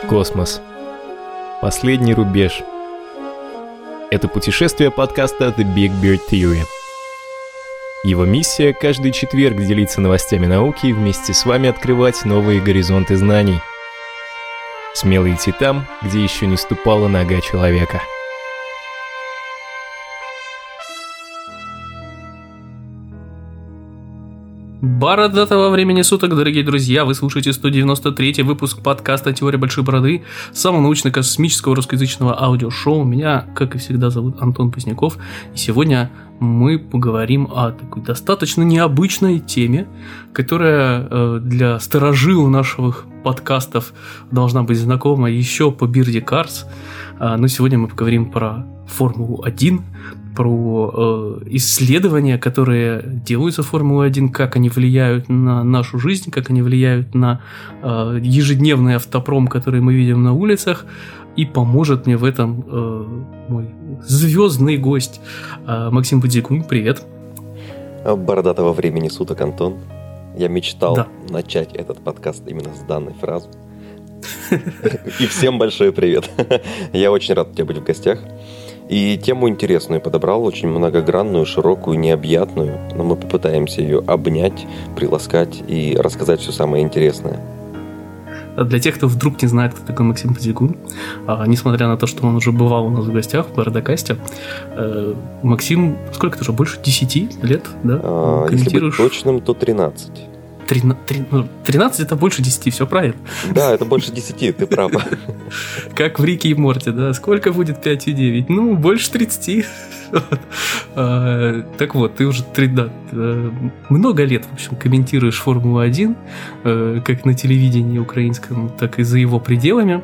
Космос. Последний рубеж. Это путешествие подкаста The Big Bird Theory. Его миссия – каждый четверг делиться новостями науки и вместе с вами открывать новые горизонты знаний. Смело идти там, где еще не ступала нога человека. Бородатого времени суток, дорогие друзья, вы слушаете 193-й выпуск подкаста «Теория большой бороды», самого научно-космического русскоязычного аудиошоу. Меня, как и всегда, зовут Антон Поздняков, и сегодня мы поговорим о такой достаточно необычной теме, которая для старожилов наших подкастов должна быть знакома еще по Бирде Карс. Но сегодня мы поговорим про Формулу-1, про исследования, которые делаются в Формуле-1, как они влияют на нашу жизнь, как они влияют на ежедневный автопром, который мы видим на улицах, и поможет мне в этом мой звездный гость Максим Будзикунь. Привет. Бородатого времени суток, Антон. Я мечтал начать этот подкаст именно с данной фразы. И всем большой привет. Я очень рад у тебя быть в гостях. И тему интересную подобрал, очень многогранную, широкую, необъятную, но мы попытаемся ее обнять, приласкать и рассказать все самое интересное. Для тех, кто вдруг не знает, кто такой Максим Будзикунь, несмотря на то, что он уже бывал у нас в гостях в Бородокасте, Максим, сколько ты уже, больше 10 лет, да? Если быть точным, то 13. 13 это больше 10, все правильно. Да, это больше 10, ты прав. Как в Рике и Морти, да? Сколько будет 5 и 9? Ну, больше 30. Так вот, ты уже много лет, в общем, комментируешь Формулу-1, как на телевидении украинском, так и за его пределами.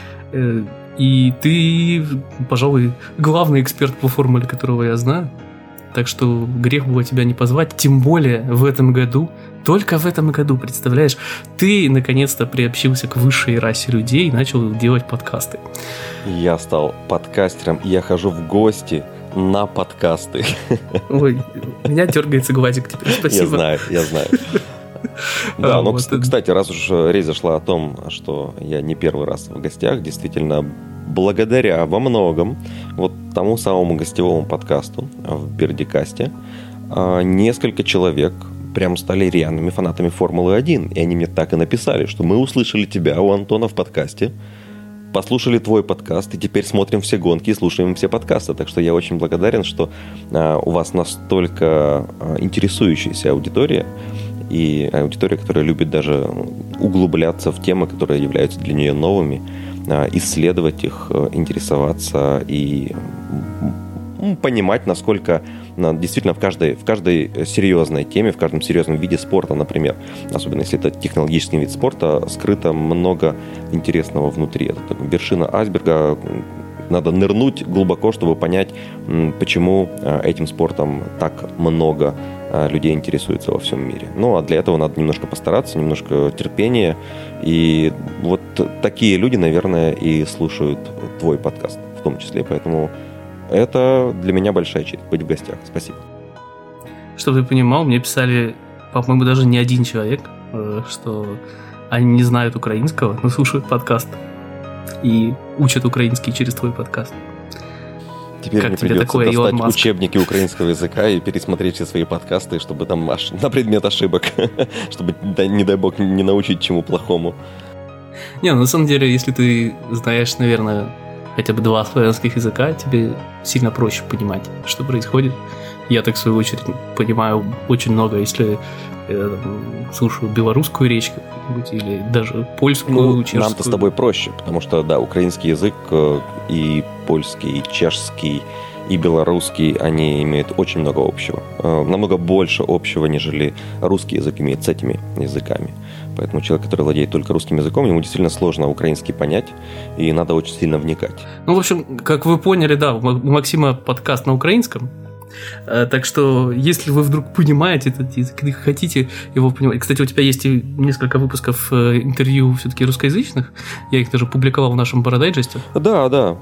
И ты, пожалуй, главный эксперт по формуле, которого я знаю. Так что грех было тебя не позвать, тем более в этом году, только в этом году, представляешь, ты наконец-то приобщился к высшей расе людей и начал делать подкасты. Я стал подкастером, и я хожу в гости на подкасты. Ой, у меня дергается глазик теперь, спасибо. Я знаю. Да, но, кстати, раз уж речь зашла о том, что я не первый раз в гостях, действительно, благодаря во многом вот тому самому гостевому подкасту в Бердикасте несколько человек прям стали рьяными фанатами Формулы-1. И они мне так и написали, что мы услышали тебя у Антона в подкасте, послушали твой подкаст, и теперь смотрим все гонки и слушаем все подкасты. Так что я очень благодарен, что у вас настолько интересующаяся аудитория, и аудитория, которая любит даже углубляться в темы, которые являются для нее новыми, исследовать их, интересоваться и понимать, насколько действительно в каждой серьезной теме, в каждом серьезном виде спорта, например, особенно если это технологический вид спорта, скрыто много интересного внутри. Это вершина айсберга. Надо нырнуть глубоко, чтобы понять, почему этим спортом так много людей интересуется во всем мире. Ну, а для этого надо немножко постараться, немножко терпения. И вот такие люди, наверное, и слушают твой подкаст в том числе. Поэтому это для меня большая честь быть в гостях. Спасибо. Чтобы ты понимал, мне писали, по-моему, даже не один человек, что они не знают украинского, но слушают подкаст и учат украинский через твой подкаст. Теперь как мне тебе придется такое, достать Илон Маск? учебники украинского языка и пересмотреть все свои подкасты, чтобы там на предмет ошибок, чтобы, не дай бог, не научить чему плохому. Не, на самом деле, если ты знаешь, наверное, хотя бы 2 славянских языка, тебе сильно проще понимать, что происходит. Я так, в свою очередь, понимаю очень много, если я слушаю белорусскую речь какую-нибудь или даже польскую, чешскую. Нам-то с тобой проще, потому что, да, украинский язык и польский, и чешский, и белорусский, они имеют очень много общего. Намного больше общего, нежели русский язык имеет с этими языками. Поэтому человек, который владеет только русским языком, ему действительно сложно украинский понять, и надо очень сильно вникать. Ну, в общем, как вы поняли, да, у Максима подкаст на украинском. Так что, если вы вдруг понимаете этот язык и хотите его понимать... Кстати, у тебя есть и несколько выпусков интервью все-таки русскоязычных. Я их даже публиковал в нашем Парадайджесте. Да.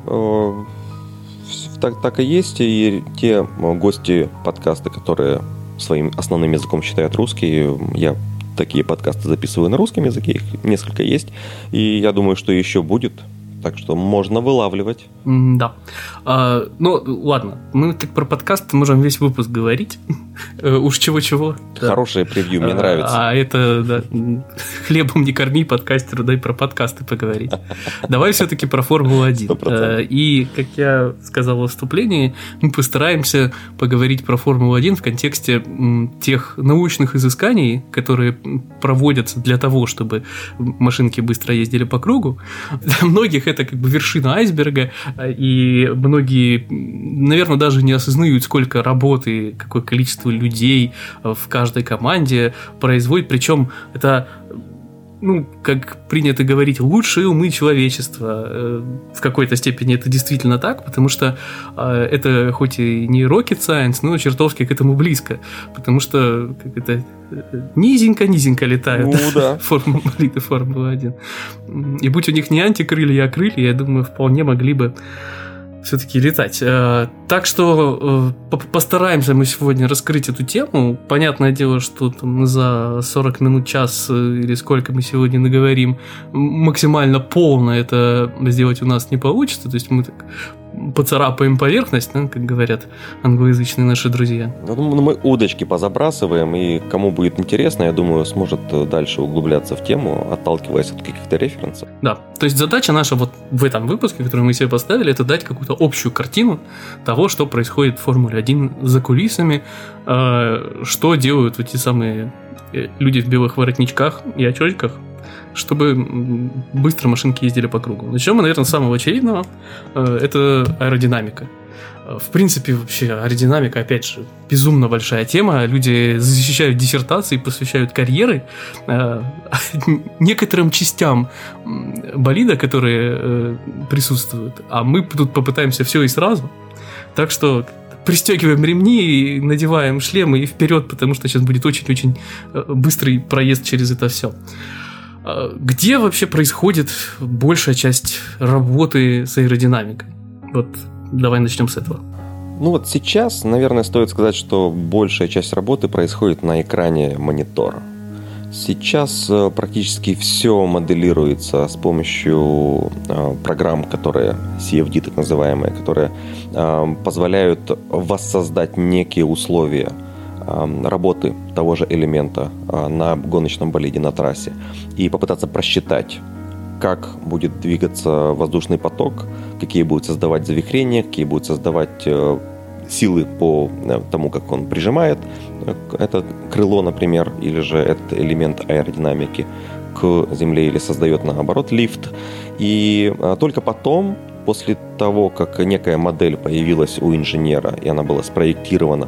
Так и есть. И те гости подкаста, которые своим основным языком считают русский, я такие подкасты записываю на русском языке, их несколько есть, и я думаю, что еще будет. Так что можно вылавливать. Да. Ну, ладно. Мы так про подкаст можем весь выпуск говорить. Уж чего-чего. Хорошее превью, мне нравится. А это, да, хлебом не корми подкастеру, дай про подкасты поговорить. Давай все-таки про Формулу-1. 100%. И, как я сказал в вступлении, мы постараемся поговорить про Формулу-1 в контексте тех научных изысканий, которые проводятся для того, чтобы машинки быстро ездили по кругу. Для многих это как бы вершина айсберга, и многие, наверное, даже не осознают, сколько работы, какое количество людей в каждой команде производит, причем это, ну, как принято говорить, лучшие умы человечества. В какой-то степени это действительно так, потому что это хоть и не rocket science, но чертовски к этому близко, потому что как это низенько летают болиды Формулы-1. И будь у них не антикрылья, а крылья, я думаю, вполне могли бы все-таки летать. Так что постараемся мы сегодня раскрыть эту тему. Понятное дело, что там за 40 минут, час или сколько мы сегодня наговорим, максимально полно это сделать у нас не получится. То есть мы так поцарапаем поверхность, да, как говорят англоязычные наши друзья. Мы удочки позабрасываем, и кому будет интересно, я думаю, сможет дальше углубляться в тему, отталкиваясь от каких-то референсов. Да, то есть задача наша вот в этом выпуске, который мы себе поставили, это дать какую-то общую картину того, что происходит в Формуле-1 за кулисами, что делают вот те самые люди в белых воротничках и очочках, чтобы быстро машинки ездили по кругу. Начнем мы, наверное, с самого очевидного. Это аэродинамика. В принципе, вообще аэродинамика, опять же, безумно большая тема. Люди защищают диссертации, посвящают карьеры некоторым частям болида, которые присутствуют. А мы тут попытаемся все и сразу. Так что пристегиваем ремни, надеваем шлемы и вперед, потому что сейчас будет очень-очень быстрый проезд через это все. Где вообще происходит большая часть работы с аэродинамикой? Вот давай начнем с этого. Ну вот сейчас, наверное, стоит сказать, что большая часть работы происходит на экране монитора. Сейчас практически все моделируется с помощью программ, которые CFD, так называемые, которые позволяют воссоздать некие условия работы того же элемента на гоночном болиде, на трассе, и попытаться просчитать, как будет двигаться воздушный поток, какие будут создавать завихрения, какие будут создавать силы по тому, как он прижимает это крыло, например, или же этот элемент аэродинамики к земле, или создает, наоборот, лифт. И только потом, после того, как некая модель появилась у инженера, и она была спроектирована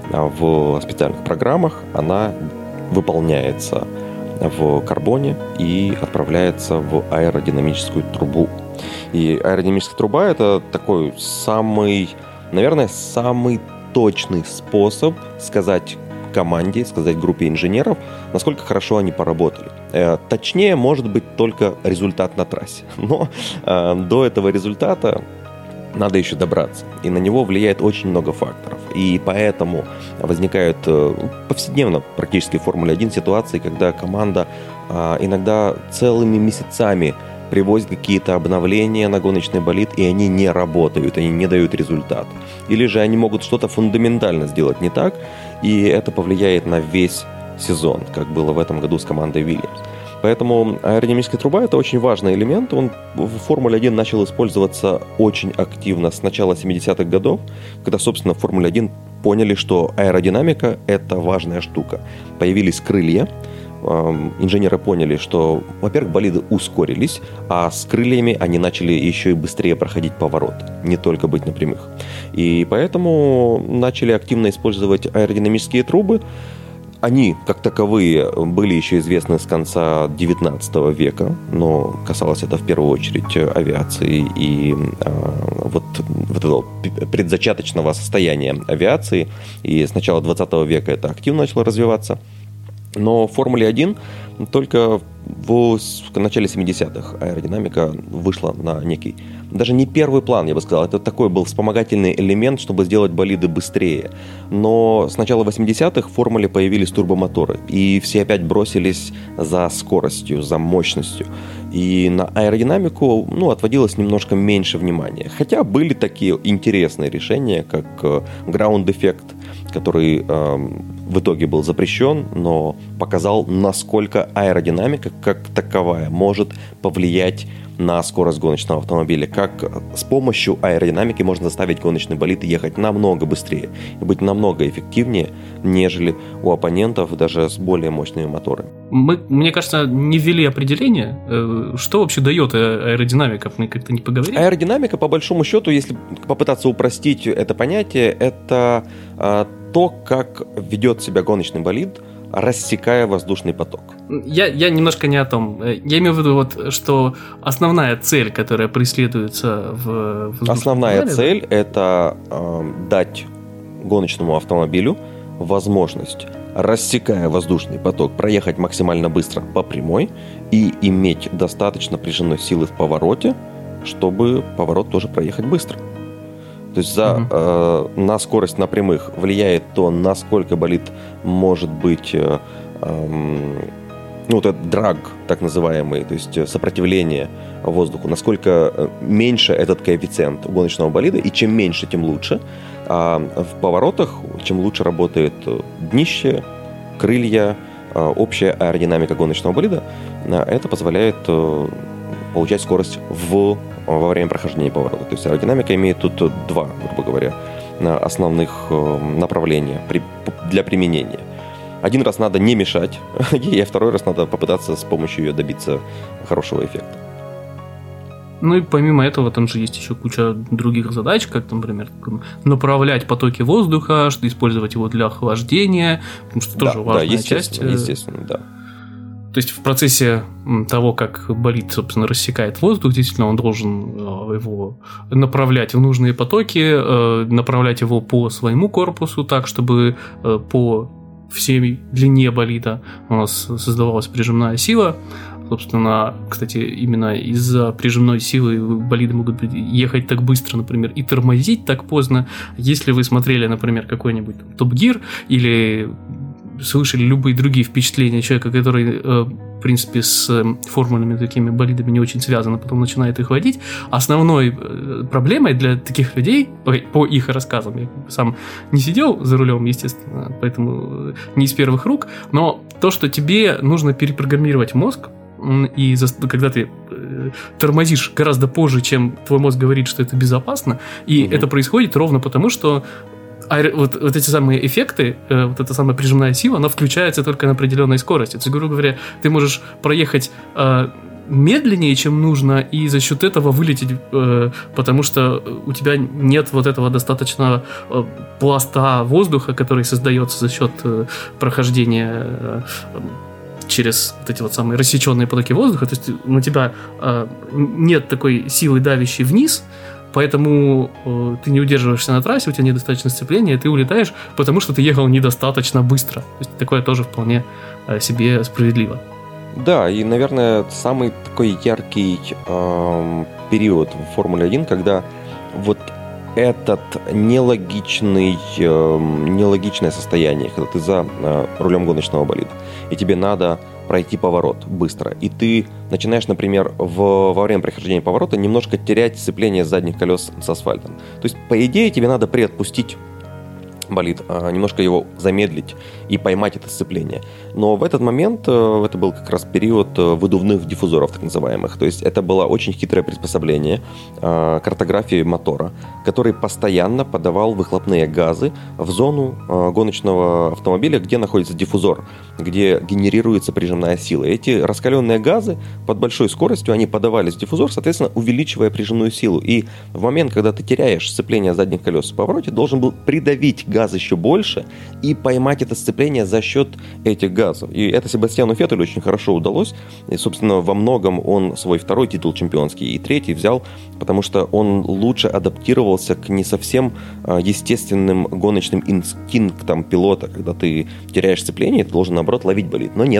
в специальных программах, она выполняется в карбоне и отправляется в аэродинамическую трубу. И аэродинамическая труба — это такой наверное, самый точный способ сказать команде, сказать группе инженеров, насколько хорошо они поработали. Точнее, может быть, только результат на трассе. Но до этого результата надо еще добраться. И на него влияет очень много факторов. И поэтому возникают повседневно практически в Формуле-1 ситуации, когда команда иногда целыми месяцами привозит какие-то обновления на гоночный болид, и они не работают, они не дают результат. Или же они могут что-то фундаментально сделать не так, и это повлияет на весь сезон, как было в этом году с командой Williams. Поэтому аэродинамическая труба — это очень важный элемент. Он в Формуле-1 начал использоваться очень активно с начала 70-х годов, когда, собственно, в Формуле-1 поняли, что аэродинамика — это важная штука. Появились крылья. Инженеры поняли, что, во-первых, болиды ускорились, а с крыльями они начали еще и быстрее проходить повороты, не только быть на прямых. И поэтому начали активно использовать аэродинамические трубы. Они, как таковые, были еще известны с конца 19 века, но касалось это в первую очередь авиации и вот этого предзачаточного состояния авиации. И с начала 20 века это активно начало развиваться. Но в Формуле-1 только в начале 70-х аэродинамика вышла на некий, даже не первый план, я бы сказал, это такой был вспомогательный элемент, чтобы сделать болиды быстрее. Но с начала 80-х в формуле появились турбомоторы, и все опять бросились за скоростью, за мощностью. И на аэродинамику отводилось немножко меньше внимания. Хотя были такие интересные решения, как ground effect, который в итоге был запрещен, но показал, насколько аэродинамика как таковая может повлиять на скорость гоночного автомобиля. Как с помощью аэродинамики можно заставить гоночный болид ехать намного быстрее и быть намного эффективнее, нежели у оппонентов даже с более мощными моторами. Мы, мне кажется, не ввели определение, что вообще дает аэродинамика, мы как-то не поговорили. Аэродинамика, по большому счету, если попытаться упростить это понятие, это то, как ведет себя гоночный болид, рассекая воздушный поток. Я немножко не о том. Я имею в виду, что основная цель, которая преследуется в воздушном Основная канале, цель – это дать гоночному автомобилю возможность, рассекая воздушный поток, проехать максимально быстро по прямой и иметь достаточно прижимной силы в повороте, чтобы поворот тоже проехать быстро. То есть на скорость на прямых влияет то, насколько болид может быть, этот драг, так называемый, то есть сопротивление воздуху, насколько меньше этот коэффициент гоночного болида, и чем меньше, тем лучше. А в поворотах, чем лучше работает днище, крылья, общая аэродинамика гоночного болида, это позволяет получать скорость во время прохождения поворота. То есть аэродинамика имеет тут два, грубо говоря, основных направления для применения. Один раз надо не мешать, а второй раз надо попытаться с помощью ее добиться хорошего эффекта. Ну и помимо этого там же есть еще куча других задач, как, например, направлять потоки воздуха, использовать его для охлаждения, потому что тоже важная часть. Естественно, да. То есть в процессе того, как болид, собственно, рассекает воздух, действительно, он должен его направлять в нужные потоки, направлять его по своему корпусу так, чтобы по всей длине болида у нас создавалась прижимная сила. Собственно, кстати, именно из-за прижимной силы болиды могут ехать так быстро, например, и тормозить так поздно. Если вы смотрели, например, какой-нибудь Top Gear или слышали любые другие впечатления человека, который, в принципе, с формульными такими болидами не очень связан, а потом начинает их водить, основной проблемой для таких людей, по их рассказам, я сам не сидел за рулем, естественно, поэтому не из первых рук, но то, что тебе нужно перепрограммировать мозг, и когда ты тормозишь гораздо позже, чем твой мозг говорит, что это безопасно, и это происходит ровно потому, что вот эти самые эффекты, вот эта самая прижимная сила, она включается только на определенной скорости. То есть, грубо говоря, ты можешь проехать медленнее, чем нужно, и за счет этого вылететь, потому что у тебя нет вот этого достаточного пласта воздуха, который создается за счет прохождения через вот эти вот самые рассеченные потоки воздуха. То есть у тебя нет такой силы, давящей вниз, поэтому ты не удерживаешься на трассе, у тебя недостаточно сцепления, ты улетаешь, потому что ты ехал недостаточно быстро. То есть такое тоже вполне себе справедливо. Да, и, наверное, самый такой яркий период в Формуле 1, когда вот этот нелогичное состояние, когда ты за рулем гоночного болида, и тебе надо пройти поворот быстро, и ты начинаешь, например, во время прохождения поворота немножко терять сцепление задних колес с асфальтом. То есть, по идее, тебе надо приотпустить болид, немножко его замедлить и поймать это сцепление. Но в этот момент, это был как раз период выдувных диффузоров, так называемых. То есть это было очень хитрое приспособление картографии мотора, который постоянно подавал выхлопные газы в зону гоночного автомобиля, где находится диффузор, где генерируется прижимная сила. Эти раскаленные газы под большой скоростью, они подавались в диффузор, соответственно, увеличивая прижимную силу. И в момент, когда ты теряешь сцепление задних колес в повороте, должен был придавить газ еще больше и поймать это сцепление за счет этих газов. И это Себастьяну Феттелю очень хорошо удалось. И, собственно, во многом он свой второй титул чемпионский и третий взял, потому что он лучше адаптировался к не совсем естественным гоночным инстинктам пилота. Когда ты теряешь сцепление, ты должен, наоборот, ловить болид. Но нет.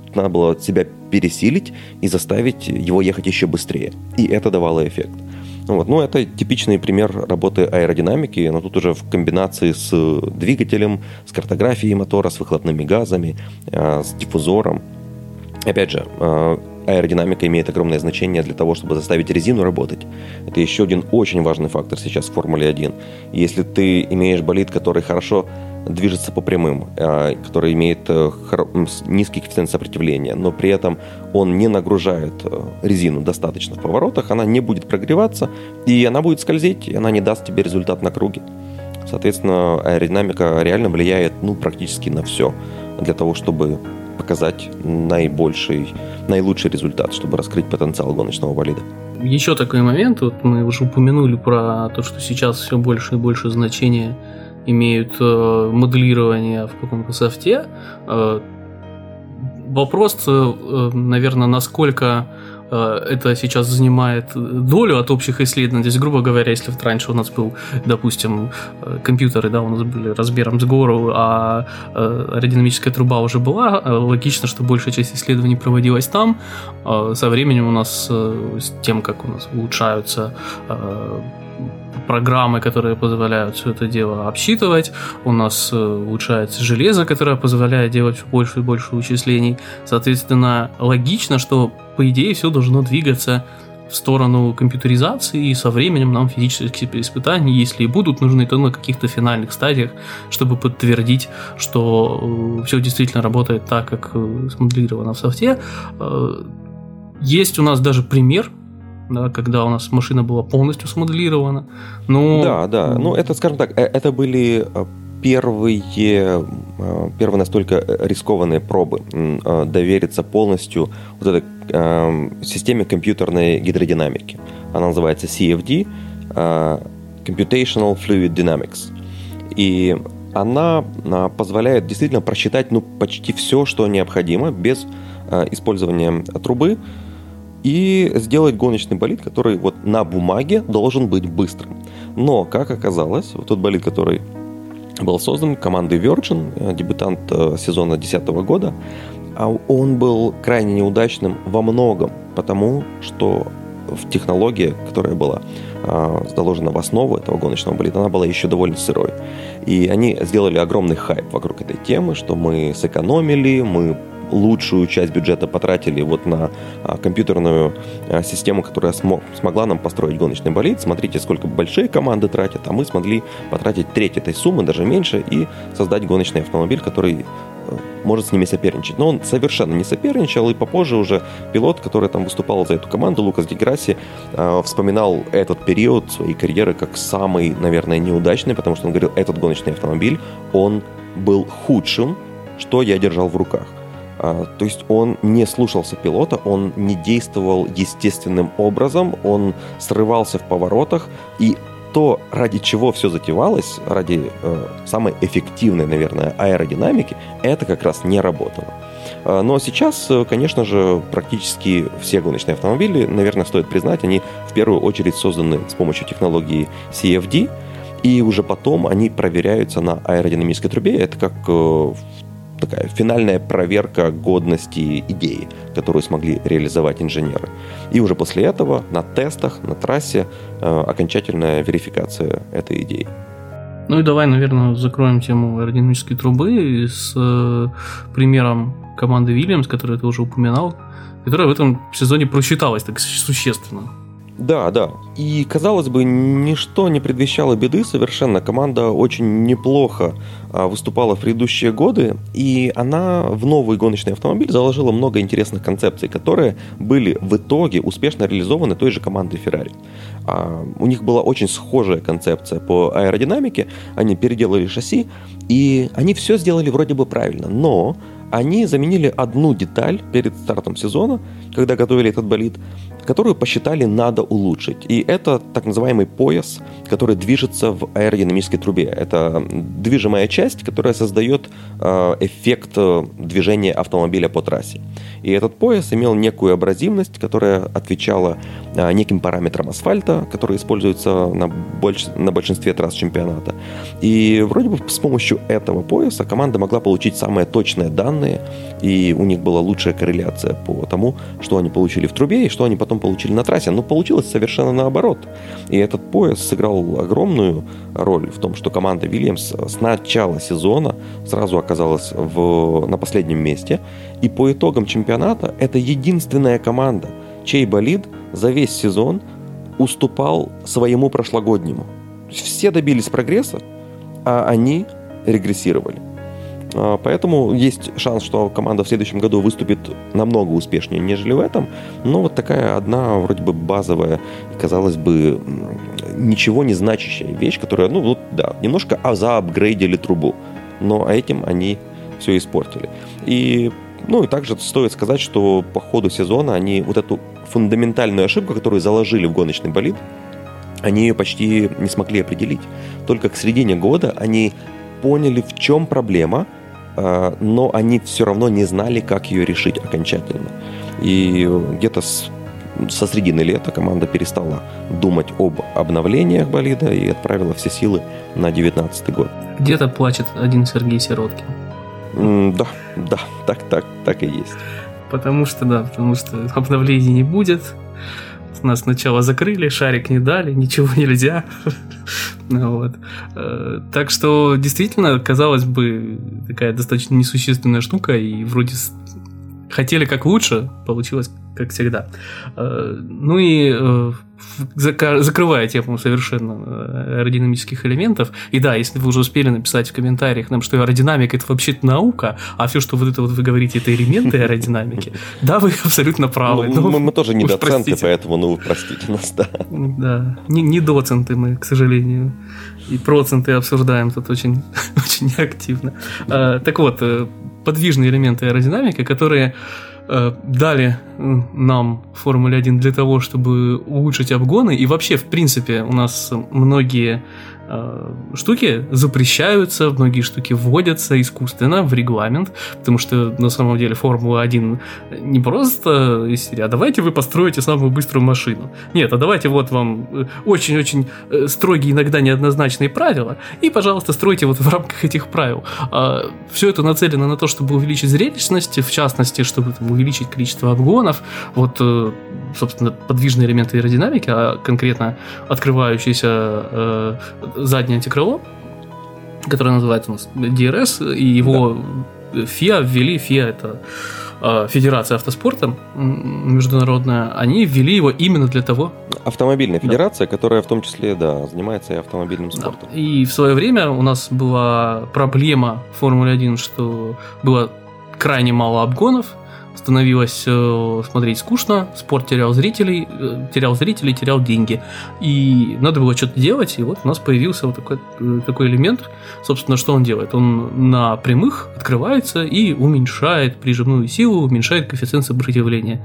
надо было себя пересилить и заставить его ехать еще быстрее. И это давало эффект. Вот. Ну, это типичный пример работы аэродинамики, но тут уже в комбинации с двигателем, с картографией мотора, с выхлопными газами, с диффузором. Опять же, аэродинамика имеет огромное значение для того, чтобы заставить резину работать. Это еще один очень важный фактор сейчас в Формуле 1. Если ты имеешь болид, который хорошо движется по прямым, который имеет низкий коэффициент сопротивления, но при этом он не нагружает резину достаточно в поворотах, она не будет прогреваться, и она будет скользить, и она не даст тебе результат на круге. Соответственно, аэродинамика реально влияет практически на все для того, чтобы показать наилучший результат, чтобы раскрыть потенциал гоночного болида. Еще такой момент, вот мы уже упомянули про то, что сейчас все больше и больше значения имеют моделирование в каком-то софте. Вопрос, наверное, насколько это сейчас занимает долю от общих исследований. Здесь, грубо говоря, если раньше у нас был, допустим, компьютеры, да, у нас были размером с гору, а аэродинамическая труба уже была, логично, что большая часть исследований проводилась там. Со временем у нас, с тем, как у нас улучшаются программы, которые позволяют все это дело обсчитывать, у нас улучшается железо, которое позволяет делать все больше и больше вычислений. Соответственно, логично, что, по идее, все должно двигаться в сторону компьютеризации, и со временем нам физические испытания, если и будут нужны, то на каких-то финальных стадиях, чтобы подтвердить, что все действительно работает так, как смоделировано в софте. Есть у нас даже пример, да, когда у нас машина была полностью смоделирована. Но... Да. Ну, это, скажем так, это были первые настолько рискованные пробы довериться полностью вот этой системе компьютерной гидродинамики. Она называется CFD, Computational Fluid Dynamics. И она позволяет действительно просчитать почти все, что необходимо, без использования трубы, и сделать гоночный болид, который вот на бумаге должен быть быстрым. Но, как оказалось, вот тот болид, который был создан командой Virgin, дебютант сезона 2010 года, он был крайне неудачным во многом, потому что в технологии, которая была заложена в основу этого гоночного болида, она была еще довольно сырой. И они сделали огромный хайп вокруг этой темы, что мы сэкономили, мы лучшую часть бюджета потратили вот на компьютерную систему, которая смогла нам построить гоночный болид. Смотрите, сколько большие команды тратят, а мы смогли потратить треть этой суммы, даже меньше, и создать гоночный автомобиль, который может с ними соперничать. Но он совершенно не соперничал, и попозже уже пилот, который там выступал за эту команду, Лукас Ди Грасси, вспоминал этот период своей карьеры как самый, наверное, неудачный, потому что он говорил, этот гоночный автомобиль, он был худшим, что я держал в руках. То есть он не слушался пилота, он не действовал естественным образом, он срывался в поворотах, и то, ради чего все затевалось, ради самой эффективной, наверное, аэродинамики, это как раз не работало. Но сейчас, конечно же, практически все гоночные автомобили, наверное, стоит признать, они в первую очередь созданы с помощью технологии CFD, и уже потом они проверяются на аэродинамической трубе. Это как такая финальная проверка годности идеи, которую смогли реализовать инженеры. И уже после этого на тестах, на трассе окончательная верификация этой идеи. Ну и давай, наверное, закроем тему аэродинамической трубы с примером команды Williams, которую ты уже упоминал, которая в этом сезоне просчиталась так существенно. Да. И, казалось бы, ничто не предвещало беды совершенно. Команда очень неплохо выступала в предыдущие годы, и она в новый гоночный автомобиль заложила много интересных концепций, которые были в итоге успешно реализованы той же командой Ferrari. У них была очень схожая концепция по аэродинамике, они переделали шасси, и они все сделали вроде бы правильно, но они заменили одну деталь перед стартом сезона, когда готовили этот болид, которую посчитали надо улучшить. И это так называемый пояс, который движется в аэродинамической трубе. Это движимая часть, которая создает эффект движения автомобиля по трассе. И этот пояс имел некую абразивность, которая отвечала неким параметрам асфальта, которые используются на большинстве трасс чемпионата. И вроде бы с помощью этого пояса команда могла получить самые точные данные, и у них была лучшая корреляция по тому, что они получили в трубе и что они потом получили на трассе. Но получилось совершенно наоборот. И этот пояс сыграл огромную роль в том, что команда Вильямс с начала сезона сразу оказалась на последнем месте. И по итогам чемпионата это единственная команда, чей болид за весь сезон уступал своему прошлогоднему. Все добились прогресса, а они регрессировали. Поэтому есть шанс, что команда в следующем году выступит намного успешнее, нежели в этом. Но вот такая одна вроде бы базовая, казалось бы, ничего не значащая вещь, которая, немножко заапгрейдили трубу. Но этим они все испортили. И также стоит сказать, что по ходу сезона они вот эту фундаментальную ошибку, которую заложили в гоночный болид, они ее почти не смогли определить. Только к середине года они поняли, в чем проблема, но они все равно не знали, как ее решить окончательно. И где-то со середины лета команда перестала думать об обновлениях болида и отправила все силы на 2019 год. Где-то плачет один Сергей Сироткин. Да, так и есть. Потому что обновлений не будет. Нас сначала закрыли, шарик не дали, ничего нельзя. Вот. Так что, действительно, казалось бы, такая достаточно несущественная штука, и вроде хотели как лучше, получилось как всегда. Закрывая тему совершенно аэродинамических элементов, и да, если вы уже успели написать в комментариях нам, что аэродинамика — это вообще-то наука, а все, что вы говорите, это элементы аэродинамики, да, вы абсолютно правы. Мы тоже не доценты, поэтому, простите нас, да. Да, не доценты мы, к сожалению, и проценты обсуждаем тут очень, очень активно. Так вот, подвижные элементы аэродинамики, которые дали нам в Формуле 1 для того, чтобы улучшить обгоны. И вообще, в принципе, у нас многие штуки запрещаются, многие штуки вводятся искусственно в регламент, потому что на самом деле Формула-1 не просто из серии, а давайте вы построите самую быструю машину. Нет, а давайте вот вам очень-очень строгие, иногда неоднозначные правила, и, пожалуйста, стройте вот в рамках этих правил. Все это нацелено на то, чтобы увеличить зрелищность, в частности, чтобы увеличить количество обгонов. Вот, собственно, подвижные элементы аэродинамики, а конкретно открывающийся заднее антикрыло, которое называется у нас DRS, и его FIA ввели. FIA — это Федерация автоспорта международная. Они ввели его именно для того... Автомобильная федерация, которая в том числе, занимается и автомобильным спортом. Да. И в свое время у нас была проблема в Формуле 1, что было крайне мало обгонов, становилось смотреть скучно, спорт терял зрителей, терял деньги. И надо было что-то делать, и вот у нас появился вот такой элемент. Собственно, что он делает? Он на прямых открывается и уменьшает прижимную силу, уменьшает коэффициент сопротивления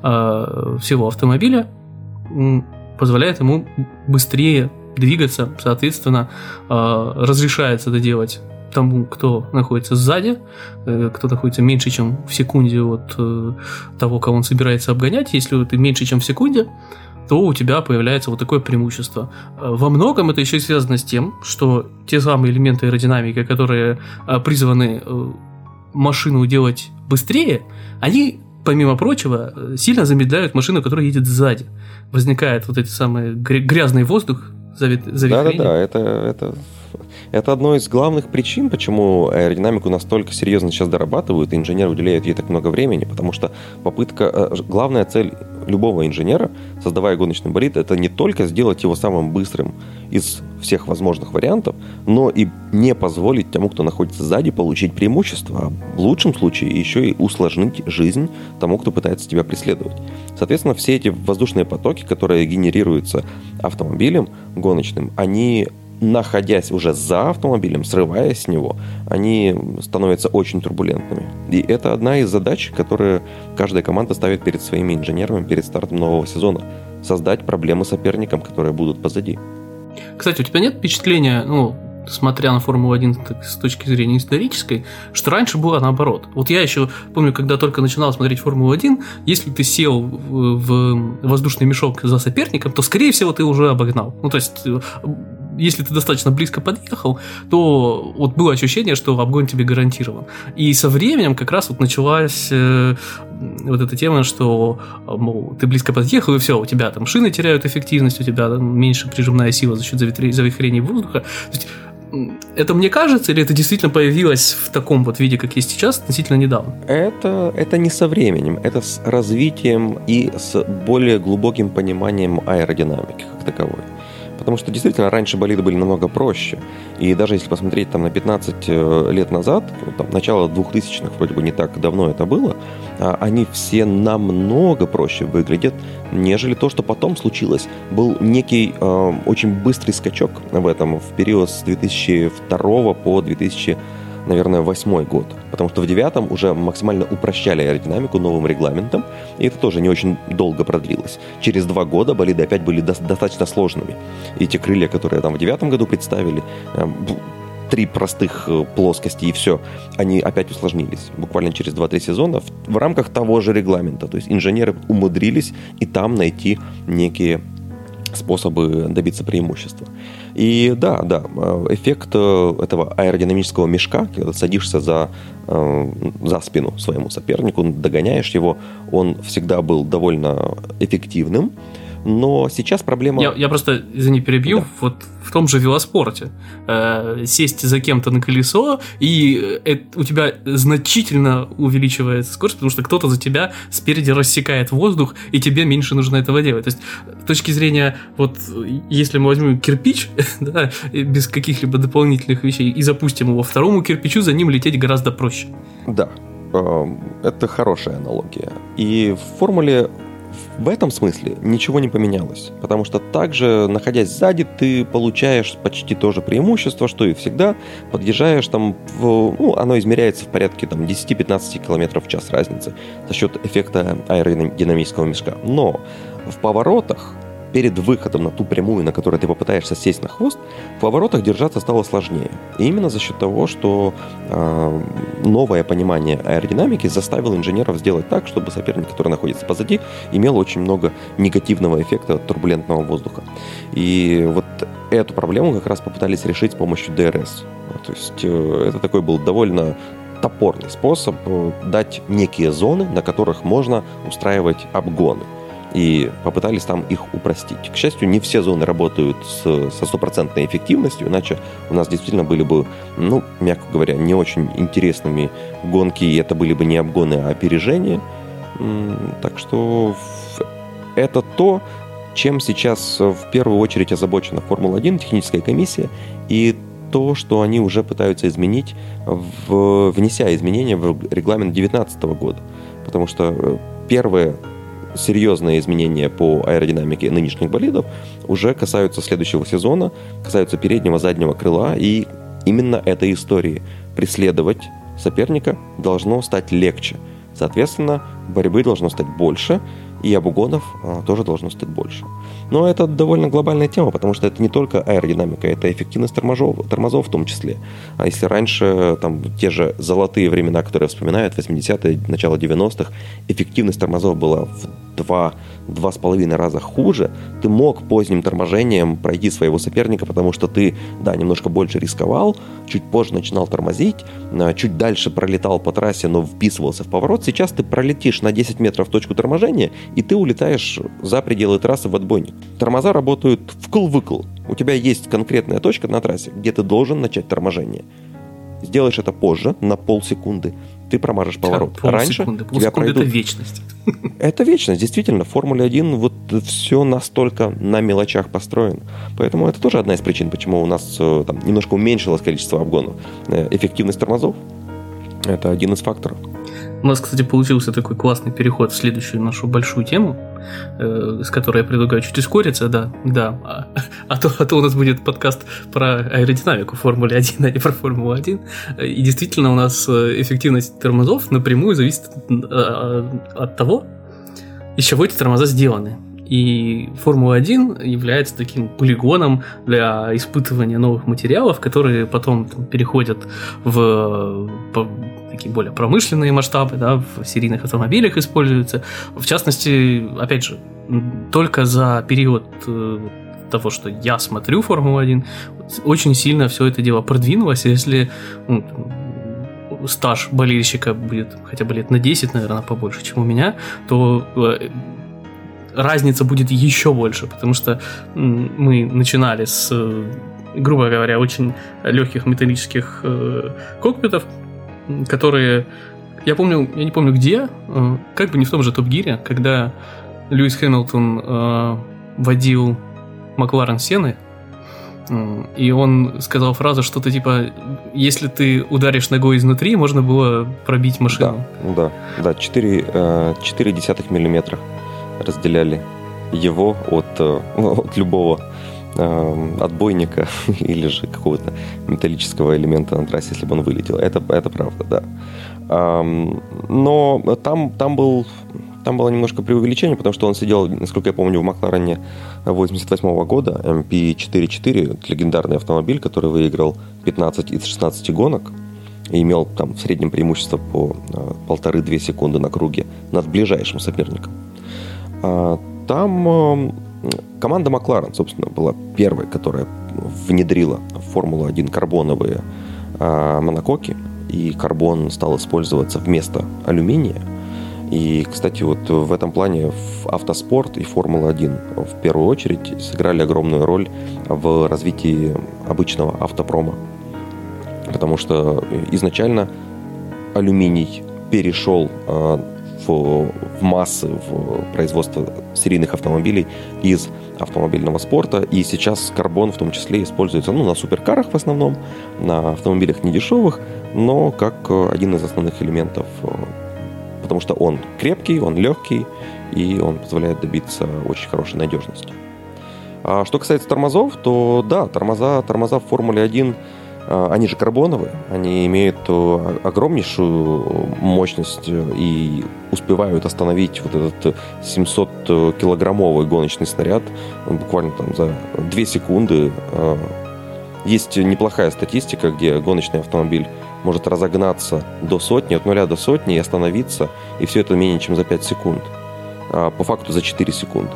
всего автомобиля, позволяет ему быстрее двигаться, соответственно, разрешается это делать тому, кто находится сзади, кто находится меньше, чем в секунде от того, кого он собирается обгонять. Если ты меньше, чем в секунде, то у тебя появляется вот такое преимущество. Во многом это еще и связано с тем, что те самые элементы аэродинамики, которые призваны машину делать быстрее, они, помимо прочего, сильно замедляют машину, которая едет сзади. Возникает вот этот самый грязный воздух, завихрение. Да, это одна из главных причин, почему аэродинамику настолько серьезно сейчас дорабатывают, и инженеры уделяют ей так много времени, потому что главная цель любого инженера, создавая гоночный болид, это не только сделать его самым быстрым из всех возможных вариантов, но и не позволить тому, кто находится сзади, получить преимущество, а в лучшем случае еще и усложнить жизнь тому, кто пытается тебя преследовать. Соответственно, все эти воздушные потоки, которые генерируются автомобилем гоночным, они находясь уже за автомобилем, срываясь с него, они становятся очень турбулентными. И это одна из задач, которые каждая команда ставит перед своими инженерами перед стартом нового сезона. Создать проблемы соперникам, которые будут позади. Кстати, у тебя нет впечатления, смотря на Формулу-1 с точки зрения исторической, что раньше было наоборот. Вот я еще помню, когда только начинал смотреть Формулу-1, если ты сел в воздушный мешок за соперником, то, скорее всего, ты уже обогнал. То есть, если ты достаточно близко подъехал, то вот было ощущение, что обгон тебе гарантирован. И со временем как раз вот началась вот эта тема, что, мол, ты близко подъехал, и все, у тебя там шины теряют эффективность, у тебя меньше прижимная сила за счет завихрений воздуха. То есть, это мне кажется, или это действительно появилось в таком вот виде, как есть сейчас, относительно недавно? Это не со временем, это с развитием и с более глубоким пониманием аэродинамики как таковой. Потому что действительно раньше болиды были намного проще. И даже если посмотреть там на 15 лет назад, там, начало 2000-х, вроде бы не так давно это было, они все намного проще выглядят, нежели то, что потом случилось. Был некий очень быстрый скачок в этом в период с 2002 по 2008 год. Потому что в 2009 уже максимально упрощали аэродинамику новым регламентом, и это тоже не очень долго продлилось. Через 2 года болиды опять были достаточно сложными. И те крылья, которые там в 2009 году представили, 3 простых плоскости и все, они опять усложнились. Буквально через 2-3 сезона в рамках того же регламента. То есть инженеры умудрились и там найти некие способы добиться преимущества. И да, эффект этого аэродинамического мешка, когда ты садишься за спину своему сопернику, догоняешь его, он всегда был довольно эффективным. Но сейчас проблема... Я просто, извини, перебью, да. Вот в том же велоспорте. Сесть за кем-то на колесо, и у тебя значительно увеличивается скорость, потому что кто-то за тебя спереди рассекает воздух, и тебе меньше нужно этого делать. То есть, с точки зрения, вот, если мы возьмем кирпич, да, без каких-либо дополнительных вещей, и запустим его второму кирпичу, за ним лететь гораздо проще. Да, это хорошая аналогия. И в формуле в этом смысле ничего не поменялось, потому что также, находясь сзади, ты получаешь почти то же преимущество, что и всегда, подъезжаешь там, оно измеряется в порядке 10-15 км в час разницы за счет эффекта аэродинамического мешка. Но в поворотах, перед выходом на ту прямую, на которой ты попытаешься сесть на хвост, в поворотах держаться стало сложнее. И именно за счет того, что новое понимание аэродинамики заставило инженеров сделать так, чтобы соперник, который находится позади, имел очень много негативного эффекта от турбулентного воздуха. И вот эту проблему как раз попытались решить с помощью ДРС. То есть это такой был довольно топорный способ дать некие зоны, на которых можно устраивать обгоны. И попытались там их упростить. К счастью, не все зоны работают со стопроцентной эффективностью, иначе у нас действительно были бы, мягко говоря, не очень интересными гонки, и это были бы не обгоны, а опережения. Так что это то, чем сейчас в первую очередь озабочена Формула-1, техническая комиссия, и то, что они уже пытаются изменить, внеся изменения в регламент 2019 года. Потому что первые серьезные изменения по аэродинамике нынешних болидов уже касаются следующего сезона, касаются переднего, заднего крыла, и именно этой истории. Преследовать соперника должно стать легче. Соответственно, борьбы должно стать больше, и обгонов тоже должно стать больше. Но это довольно глобальная тема, потому что это не только аэродинамика, это эффективность тормозов в том числе. А если раньше те же золотые времена, которые вспоминают, 80-е, начало 90-х, эффективность тормозов была в 2-2,5 раза хуже, ты мог поздним торможением пройти своего соперника, потому что ты, немножко больше рисковал, чуть позже начинал тормозить, чуть дальше пролетал по трассе, но вписывался в поворот. Сейчас ты пролетишь на 10 метров точку торможения, и ты улетаешь за пределы трассы в отбойник. Тормоза работают вкл-выкл. У тебя есть конкретная точка на трассе, где ты должен начать торможение. Сделаешь это позже, на полсекунды, ты промажешь поворот. Раньше тебя пройдут... Это вечность. Это вечность, действительно. В Формуле 1 вот все настолько на мелочах построено. Поэтому это тоже одна из причин, почему у нас немножко уменьшилось количество обгонов. Эффективность тормозов – это один из факторов. У нас, кстати, получился такой классный переход в следующую нашу большую тему, с которой я предлагаю чуть ускориться, да. А то у нас будет подкаст про аэродинамику в Формуле 1, а не про Формулу 1. И действительно у нас эффективность тормозов напрямую зависит от того, из чего эти тормоза сделаны. И Формула-1 является таким полигоном для испытывания новых материалов, которые потом переходят в такие более промышленные масштабы, да, в серийных автомобилях используются. В частности, опять же, только за период того, что я смотрю Формулу-1, очень сильно все это дело продвинулось. Если стаж болельщика будет хотя бы лет на 10, наверное, побольше, чем у меня, то разница будет еще больше, потому что мы начинали с, грубо говоря, очень легких металлических кокпитов, которые, я не помню где, как бы не в том же Топ-Гире, когда Льюис Хэмилтон водил Макларен Сенны, и он сказал фразу что-то типа: если ты ударишь ногой изнутри, можно было пробить машину. Да, 4 миллиметра разделяли его от любого отбойника или же какого-то металлического элемента на трассе, если бы он вылетел. Это правда, да. Но там было немножко преувеличение, потому что он сидел, насколько я помню, в Макларене 88 года, MP4-4, легендарный автомобиль, который выиграл 15 из 16 гонок и имел там в среднем преимущество по 1,5-2 секунды на круге над ближайшим соперником. Там команда Макларен, собственно, была первой, которая внедрила в Формулу-1 карбоновые монококи, и карбон стал использоваться вместо алюминия. И, кстати, вот в этом плане автоспорт и Формула-1 в первую очередь сыграли огромную роль в развитии обычного автопрома. Потому что изначально алюминий перешел в массы, в производство серийных автомобилей из автомобильного спорта. И сейчас карбон в том числе используется на суперкарах в основном, на автомобилях недешевых, но как один из основных элементов, потому что он крепкий, он легкий, и он позволяет добиться очень хорошей надежности. А что касается тормозов, то да, тормоза в Формуле 1, они же карбоновые, они имеют огромнейшую мощность и успевают остановить вот этот 700-килограммовый гоночный снаряд буквально там за 2 секунды. Есть неплохая статистика, где гоночный автомобиль может разогнаться до сотни, от 0 до сотни и остановиться, и все это менее чем за 5 секунд. По факту за 4 секунды.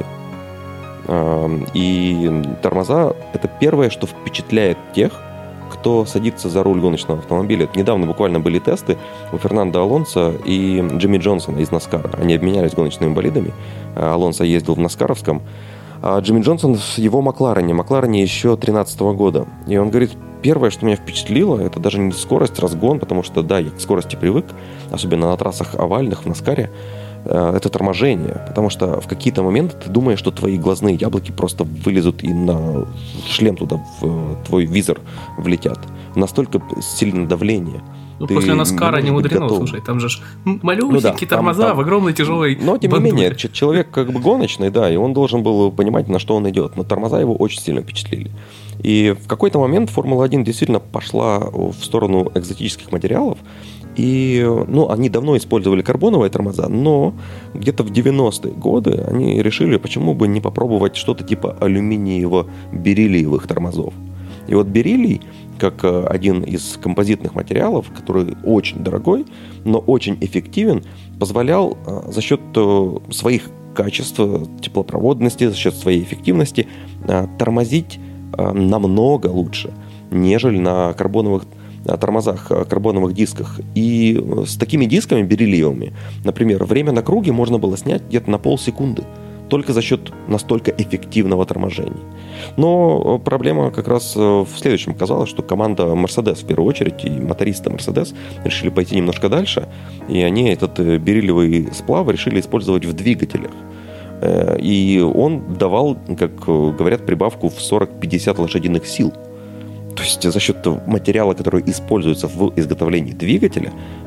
И тормоза — это первое, что впечатляет тех, кто садится за руль гоночного автомобиля. Недавно буквально были тесты у Фернандо Алонсо и Джимми Джонсона из Наскара. Они обменялись гоночными болидами. Алонсо ездил в Наскаровском, а Джимми Джонсон в его Макларене еще 2013 года. И он говорит, первое, что меня впечатлило, это даже не скорость, разгон, потому что, да, я к скорости привык, особенно на трассах овальных в Наскаре, это торможение, потому что в какие-то моменты ты думаешь, что твои глазные яблоки просто вылезут и на шлем туда, в твой визор влетят. Настолько сильное давление. После Наскара не мудрено, слушай, там же малюсенькие тормоза в огромной тяжелой Но, тем не менее, человек как бы гоночный, да, и он должен был понимать, на что он идет. Но тормоза его очень сильно впечатлили. И в какой-то момент Формула-1 действительно пошла в сторону экзотических материалов. И, они давно использовали карбоновые тормоза, но где-то в 90-е годы они решили, почему бы не попробовать что-то типа алюминиево-бериллиевых тормозов. И вот бериллий, как один из композитных материалов, который очень дорогой, но очень эффективен, позволял за счет своих качеств, теплопроводности, за счет своей эффективности тормозить намного лучше, нежели на карбоновых тормозах, карбоновых дисках. И с такими дисками бериллиевыми, например, время на круге можно было снять где-то на полсекунды, только за счет настолько эффективного торможения. Но проблема как раз в следующем оказалась, что команда Mercedes в первую очередь и мотористы Mercedes решили пойти немножко дальше, и они этот бериллиевый сплав решили использовать в двигателях. И он давал, как говорят, прибавку в 40-50 лошадиных сил. То есть за счет материала, который используется в изготовлении двигателя,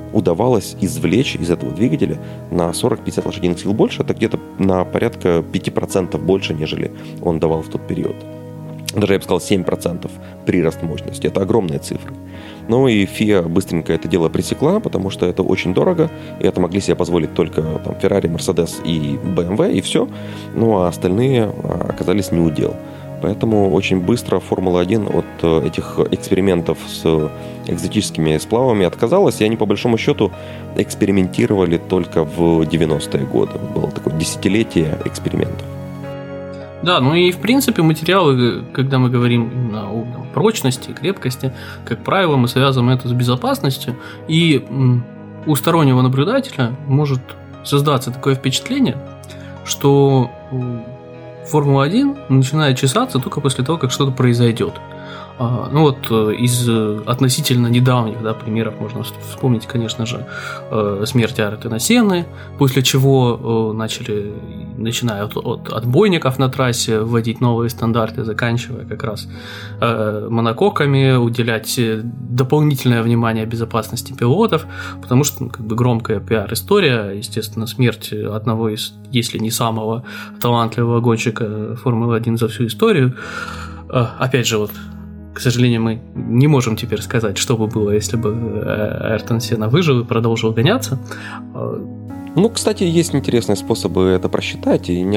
удавалось извлечь из этого двигателя на 40-50 лошадиных сил больше. Это где-то на порядка 5% больше, нежели он давал в тот период. Даже, я бы сказал, 7% прирост мощности. Это огромные цифры. Ну и FIA быстренько это дело пресекла, потому что это очень дорого, и это могли себе позволить только там, Ferrari, Mercedes и BMW, и все. Ну а остальные оказались не удел. Поэтому очень быстро Формула-1 от этих экспериментов с экзотическими сплавами отказалась, и они, по большому счету, экспериментировали только в 90-е годы. Было такое десятилетие экспериментов. Да, ну и в принципе материалы, когда мы говорим именно о прочности, крепкости, как правило, мы связываем это с безопасностью, и у стороннего наблюдателя может создаться такое впечатление, что Формула-1 начинает чесаться только после того, как что-то произойдет. Ну вот из относительно недавних примеров можно вспомнить, конечно же, смерть Айртона Сенны, после чего начиная от отбойников на трассе, вводить новые стандарты, заканчивая как раз монококами, уделять дополнительное внимание безопасности пилотов, потому что громкая пиар-история, естественно, смерть одного из, если не самого талантливого гонщика Формулы-1 за всю историю. Опять же, к сожалению, мы не можем теперь сказать, что бы было, если бы Айртон Сенна выжил и продолжил гоняться. Ну, кстати, есть интересные способы это просчитать, и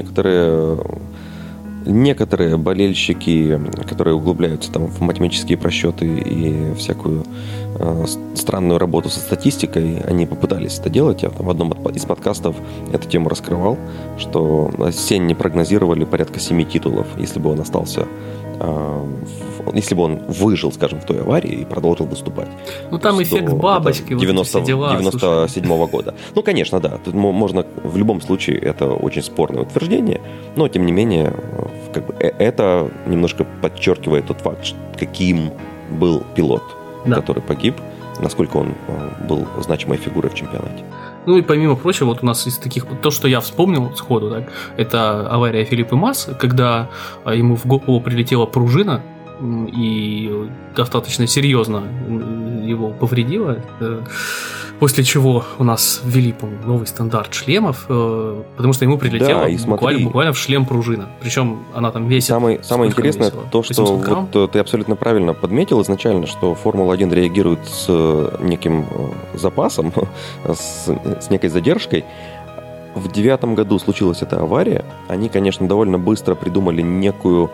некоторые болельщики, которые углубляются там в математические просчеты и всякую странную работу со статистикой, они попытались это делать. Я в одном из подкастов эту тему раскрывал, что Сенне прогнозировали порядка 7 титулов, если бы он остался, если бы он выжил, скажем, в той аварии и продолжил выступать. Ну, там эффект бабочки, 97 года. Ну, конечно, да. Тут можно, в любом случае, это очень спорное утверждение, но, тем не менее, это немножко подчеркивает тот факт, каким был пилот, который погиб, насколько он был значимой фигурой в чемпионате. Ну и помимо прочего, вот у нас из таких, то, что я вспомнил сходу, так, это авария Фелипе Массы, когда ему в голову прилетела пружина и достаточно серьезно его повредила, после чего у нас ввели, по-моему, новый стандарт шлемов, потому что ему прилетела буквально в шлем пружина, причем она там весит. Самое интересное то, что вот ты абсолютно правильно подметил изначально, что Формула-1 реагирует с неким запасом, с некой задержкой. В 2009 году случилась эта авария. Они, конечно, довольно быстро придумали некую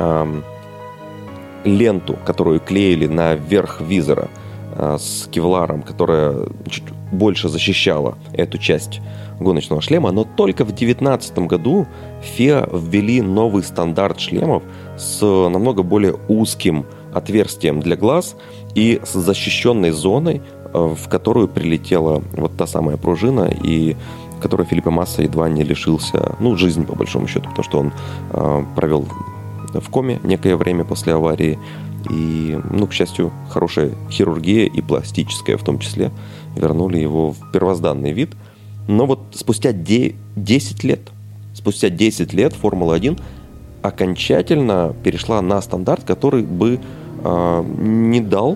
ленту, которую клеили наверх визора с кевларом, которая чуть больше защищала эту часть гоночного шлема, но только в 2019 году FIA ввели новый стандарт шлемов с намного более узким отверстием для глаз и с защищенной зоной, в которую прилетела вот та самая пружина, и в которой Фелипе Масса едва не лишился, жизни, по большому счету, потому что он провел в коме некое время после аварии. И, к счастью, хорошая хирургия и пластическая в том числе вернули его в первозданный вид. Но вот спустя 10 лет Формула-1 окончательно перешла на стандарт, который бы не дал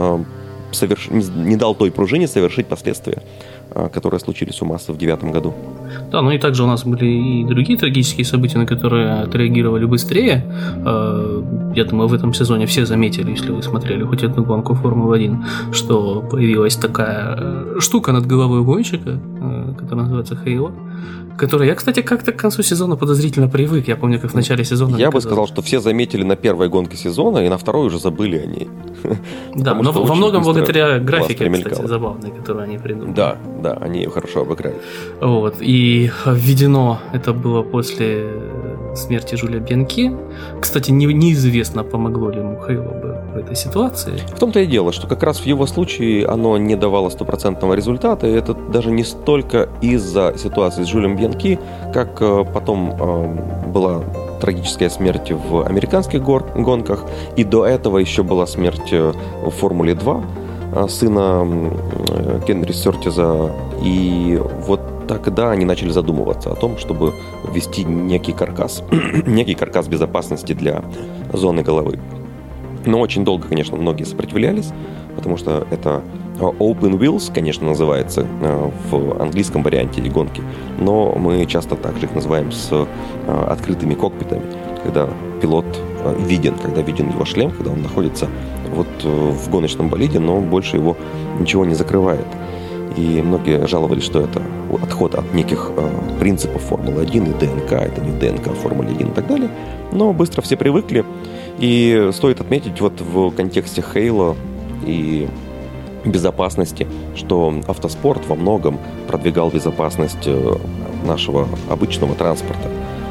той пружине совершить последствия, которые случились у Массы в 2009 году. Да, ну и также у нас были и другие трагические события, на которые отреагировали быстрее. Я думаю, в этом сезоне все заметили, если вы смотрели хоть одну гонку Формулы-1, что появилась такая штука над головой гонщика, которая называется Halo, к которой я, кстати, как-то к концу сезона подозрительно привык. Я помню, как в начале сезона... Я бы сказал, что все заметили на первой гонке сезона, и на второй уже забыли о ней. Да, но во многом благодаря графике, кстати, забавной, которую они придумали. Да, они ее хорошо обыграли. Вот, и введено это было после смерти Жюля Бьянки. Кстати, неизвестно, помогло ли ему Хейло в этой ситуации. В том-то и дело, что как раз в его случае оно не давало стопроцентного результата, и это даже не столько из-за ситуации с Жюлем Бьянки, как потом была трагическая смерть в американских гонках, и до этого еще была смерть в Формуле 2 сына Генри Сёртиза, и вот тогда они начали задумываться о том, чтобы ввести некий каркас безопасности для зоны головы. Но очень долго, конечно, многие сопротивлялись, потому что это Open Wheels, конечно, называется в английском варианте гонки, но мы часто также их называем с открытыми кокпитами, когда пилот виден, когда виден его шлем, когда он находится вот в гоночном болиде, но больше его ничего не закрывает. И многие жаловались, что это отход от неких принципов Формулы-1 и ДНК, это не ДНК Формулы-1 и так далее. Но быстро все привыкли. И стоит отметить вот в контексте Halo и безопасности, что автоспорт во многом продвигал безопасность нашего обычного транспорта.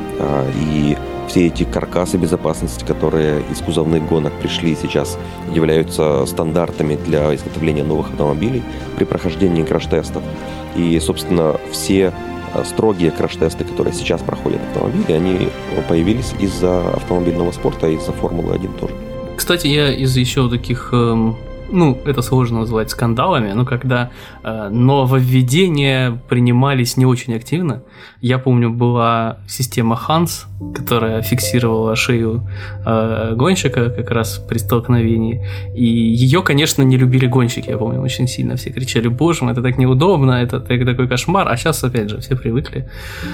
И все эти каркасы безопасности, которые из кузовных гонок пришли, сейчас являются стандартами для изготовления новых автомобилей при прохождении краш-тестов. И, собственно, все строгие краш-тесты, которые сейчас проходят автомобили, они появились из-за автомобильного спорта и из-за Формулы-1 тоже. Кстати, я из еще таких... это сложно назвать скандалами, но когда нововведения принимались не очень активно. Я помню, была система Hans, которая фиксировала шею гонщика как раз при столкновении. И ее, конечно, не любили гонщики, я помню, очень сильно. Все кричали: боже мой, это так неудобно, это такой кошмар. А сейчас, опять же, все привыкли.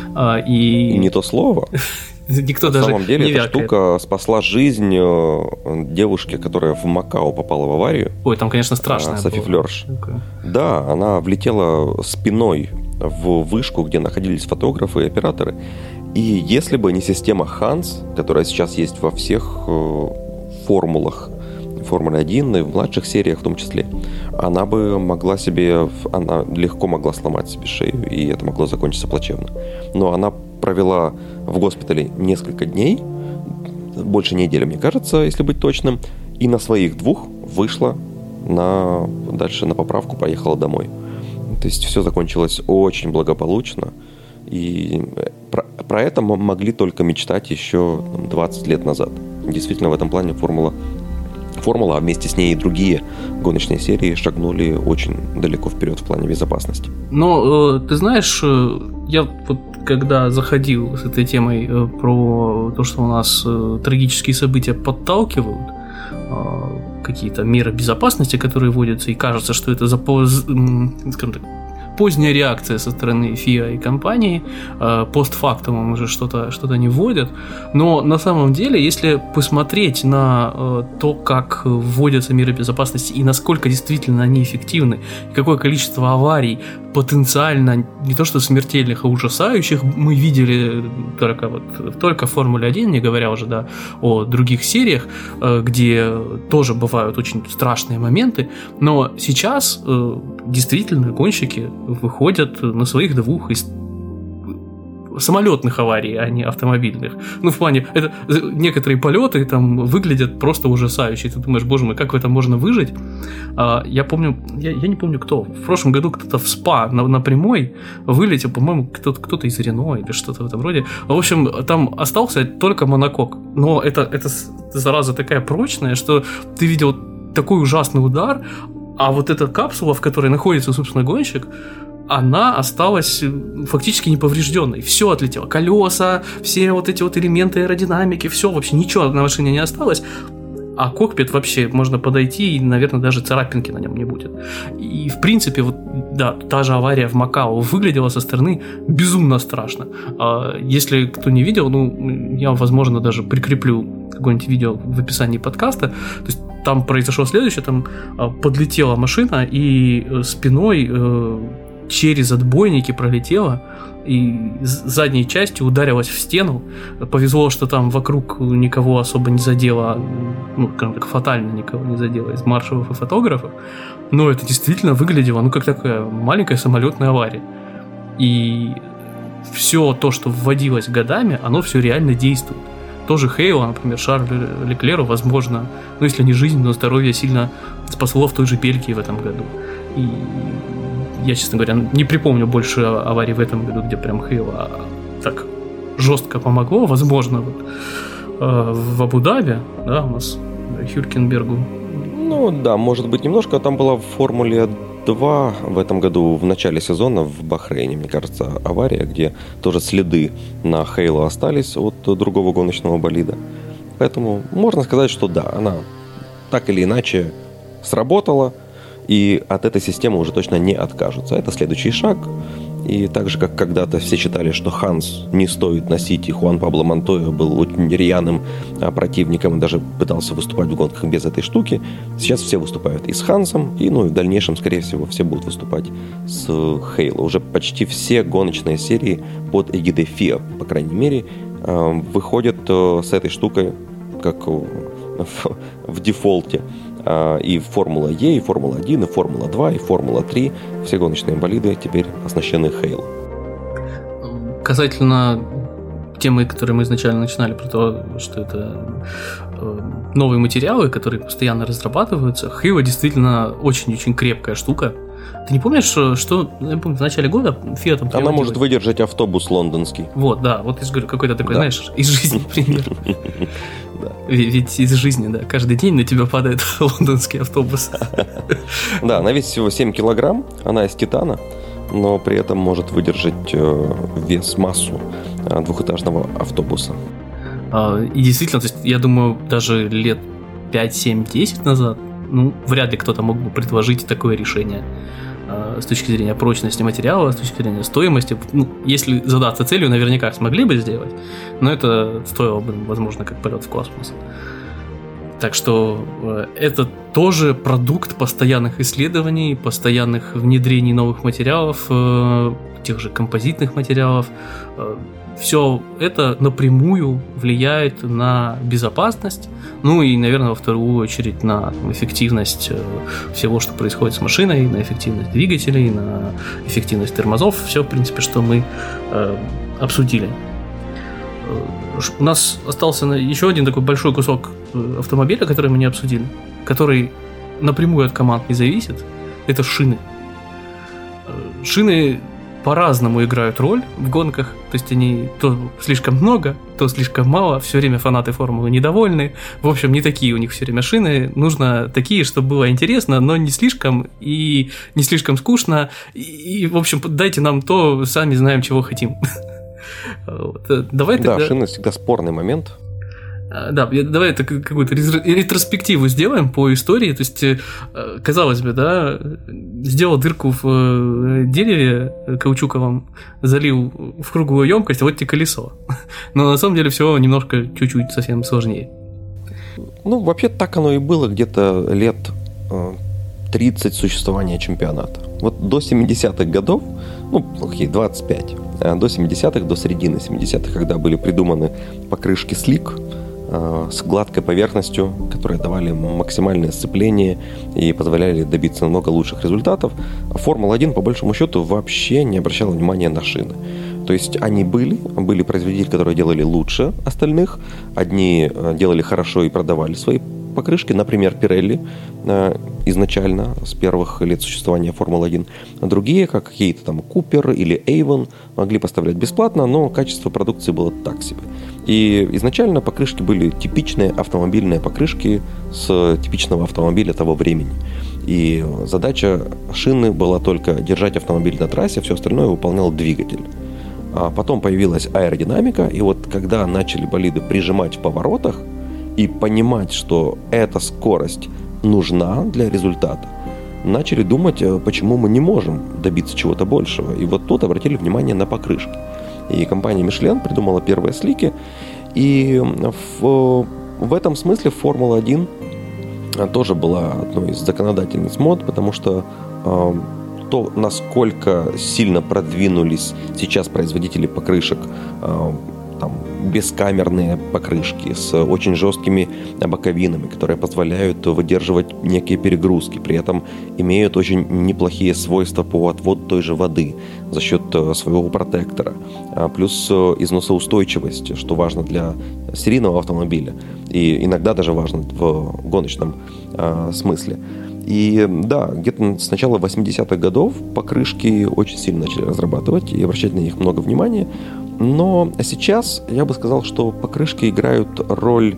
И не то слово. Никто даже на самом деле не эта вякает. штука спасла жизнь девушки, которая в Макао попала в аварию. Ой, там, конечно, страшно. Софи Флерш. Да, она влетела спиной в вышку, где находились фотографы и операторы. И если бы не система Hans, которая сейчас есть во всех формулах, Формулы-1 и в младших сериях в том числе, она легко могла сломать себе шею, и это могло закончиться плачевно. Но она провела в госпитале несколько дней, больше недели, мне кажется, если быть точным, и на своих 2 вышла дальше на поправку, поехала домой. То есть все закончилось очень благополучно, и про это мы могли только мечтать еще 20 лет назад. Действительно, в этом плане Формула, а вместе с ней и другие гоночные серии шагнули очень далеко вперед в плане безопасности. Но ты знаешь, я вот когда заходил с этой темой про то, что у нас трагические события подталкивают, какие-то меры безопасности, которые вводятся, и кажется, что это скажем так, поздняя реакция со стороны ФИА и компании, постфактумом уже что-то не вводят, но на самом деле, если посмотреть на то, как вводятся меры безопасности и насколько действительно они эффективны, и какое количество аварий потенциально не то что смертельных, а ужасающих мы видели только в Формуле-1, не говоря уже о других сериях, где тоже бывают очень страшные моменты, но сейчас действительно гонщики выходят на своих 2 из самолетных аварий, а не автомобильных. В плане, это некоторые полеты там выглядят просто ужасающе. Ты думаешь, боже мой, как в этом можно выжить? Я помню, я не помню кто. В прошлом году кто-то в СПА на прямой вылетел, по-моему, кто-то из Рено или что-то в этом роде. В общем, там остался только монокок. Но это зараза такая прочная, что ты видел такой ужасный удар, а вот эта капсула, в которой находится, собственно, гонщик, она осталась фактически неповрежденной. Все отлетело. Колеса, все вот эти вот элементы аэродинамики, все, вообще ничего на машине не осталось. А кокпит вообще можно подойти, и, наверное, даже царапинки на нем не будет. И, в принципе, та же авария в Макао выглядела со стороны безумно страшно. Если кто не видел, я, возможно, даже прикреплю какое-нибудь видео в описании подкаста. То есть там произошло следующее, там подлетела машина и спиной через отбойники пролетела и задней частью ударилась в стену. Повезло, что там вокруг никого особо не задело, скажем так, фатально никого не задело из маршалов и фотографов, но это действительно выглядело, как такая маленькая самолетная авария. И все то, что вводилось годами, оно все реально действует. Тоже Хейло, например, Шарлю Леклеру, возможно, если не жизнь, но здоровье сильно спасло в той же Бельгии в этом году. И я, честно говоря, не припомню больше аварий в этом году, где прям Хейло так жестко помогло. Возможно, в Абу-Даби, у нас Хюлькенбергу. Может быть, немножко. Там была в Формуле 2 в этом году в начале сезона в Бахрейне, мне кажется, авария, где тоже следы на Хейло остались от другого гоночного болида. Поэтому можно сказать, что да, она так или иначе сработала. И от этой системы уже точно не откажутся. Это следующий шаг. И так же, как когда-то все считали, что Ханс не стоит носить, и Хуан Пабло Монтойя был очень рьяным противником и даже пытался выступать в гонках без этой штуки, сейчас все выступают и с Хансом, и, и в дальнейшем, скорее всего, все будут выступать с Хейло. Уже почти все гоночные серии под эгидой FIA, по крайней мере, выходят с этой штукой как в дефолте. И Формула Е, и Формула-1, и Формула-2, и Формула-3. Все гоночные болиды теперь оснащены Halo. Касательно темы, которые мы изначально начинали, про то, что это новые материалы, которые постоянно разрабатываются, Halo действительно очень-очень крепкая штука. Ты не помнишь, что я помню, в начале года FIA там... Она может выдержать автобус лондонский. Вот, да, вот я же говорю, какой-то такой, знаешь, из жизни пример. Ведь из жизни, да, каждый день на тебя падает лондонский автобус. Да, она весит всего 7 килограмм, она из титана, но при этом может выдержать вес, массу двухэтажного автобуса. И действительно, то есть, я думаю, даже лет 5, 7, 10 назад, вряд ли кто-то мог бы предложить такое решение с точки зрения прочности материала, с точки зрения стоимости. Если задаться целью, наверняка смогли бы сделать, но это стоило бы, возможно, как полет в космос. Так что это тоже продукт постоянных исследований, постоянных внедрений новых материалов, тех же композитных материалов. Все это напрямую влияет на безопасность, и, наверное, во вторую очередь на эффективность всего, что происходит с машиной, на эффективность двигателей, на эффективность тормозов. Все, в принципе, что мы обсудили. У нас остался еще один такой большой кусок автомобиля, который мы не обсудили, который напрямую от команд не зависит. Это шины. Шины по-разному играют роль в гонках, то есть они то слишком много, то слишком мало, все время фанаты формулы недовольны, в общем, не такие у них все время шины, нужно такие, чтобы было интересно, но не слишком и не слишком скучно, и в общем, дайте нам то, сами знаем, чего хотим. Давай тогда... Да, шины всегда спорный момент. Да, давай это какую-то ретроспективу сделаем по истории. То есть, казалось бы, да, сделал дырку в дереве каучуковом, залил в круглую емкость, а вот тебе колесо. Но на самом деле все немножко чуть-чуть совсем сложнее. Вообще так оно и было где-то лет 30 существования чемпионата. Вот до 70-х годов, 25, до 70-х, до середины 70-х, когда были придуманы покрышки слик, с гладкой поверхностью, которые давали максимальное сцепление и позволяли добиться намного лучших результатов. Формула-1, по большому счету, вообще не обращала внимания на шины. То есть они были производители, которые делали лучше остальных. Одни делали хорошо и продавали свои покрышки, например, Pirelli изначально, с первых лет существования Формулы-1. А другие, как какие-то там Cooper или Avon, могли поставлять бесплатно, но качество продукции было так себе. И изначально покрышки были типичные автомобильные покрышки с типичного автомобиля того времени. И задача шины была только держать автомобиль на трассе, все остальное выполнял двигатель. А потом появилась аэродинамика, и вот когда начали болиды прижимать в поворотах и понимать, что эта скорость нужна для результата, начали думать, почему мы не можем добиться чего-то большего. И вот тут обратили внимание на покрышки. И компания Michelin придумала первые слики. И в этом смысле Формула-1 тоже была одной из законодательниц мод, потому что то, насколько сильно продвинулись сейчас производители покрышек, там, бескамерные покрышки с очень жесткими боковинами, которые позволяют выдерживать некие перегрузки, при этом имеют очень неплохие свойства по отводу той же воды за счет своего протектора, плюс износоустойчивость, что важно для серийного автомобиля и иногда даже важно в гоночном смысле. И да, где-то с начала 80-х годов покрышки очень сильно начали разрабатывать и обращать на них много внимания. Но сейчас я бы сказал, что покрышки играют роль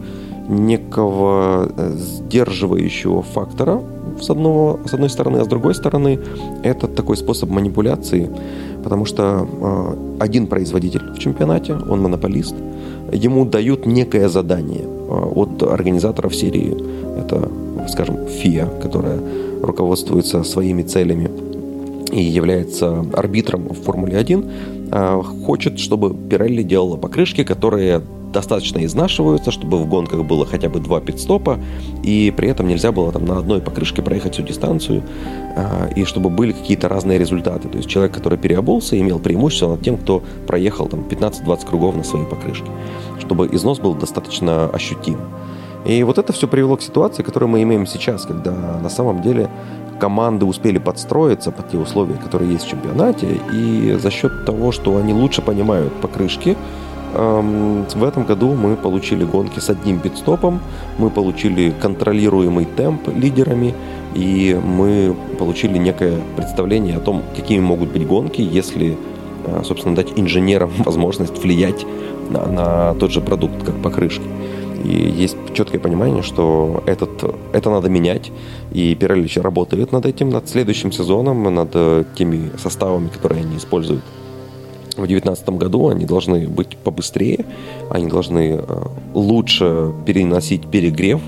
некого сдерживающего фактора с одной стороны, а с другой стороны это такой способ манипуляции, потому что один производитель в чемпионате, он монополист, ему дают некое задание от организаторов серии, это, скажем, FIA, которая руководствуется своими целями и является арбитром в Формуле-1, хочет, чтобы Pirelli делала покрышки, которые достаточно изнашиваются, чтобы в гонках было хотя бы 2 пит-стопа, и при этом нельзя было там на одной покрышке проехать всю дистанцию, и чтобы были какие-то разные результаты. То есть человек, который переобулся, имел преимущество над тем, кто проехал там 15-20 кругов на своей покрышке, чтобы износ был достаточно ощутим. И вот это все привело к ситуации, которую мы имеем сейчас, когда на самом деле команды успели подстроиться под те условия, которые есть в чемпионате, и за счет того, что они лучше понимают покрышки, в этом году мы получили гонки с одним пит-стопом, мы получили контролируемый темп лидерами, и мы получили некое представление о том, какими могут быть гонки, если, собственно, дать инженерам возможность влиять на тот же продукт, как покрышки. И есть четкое понимание, что это надо менять, и Pirelli работает над этим, над следующим сезоном, над теми составами, которые они используют. В 2019 году они должны быть побыстрее, они должны лучше переносить перегрев,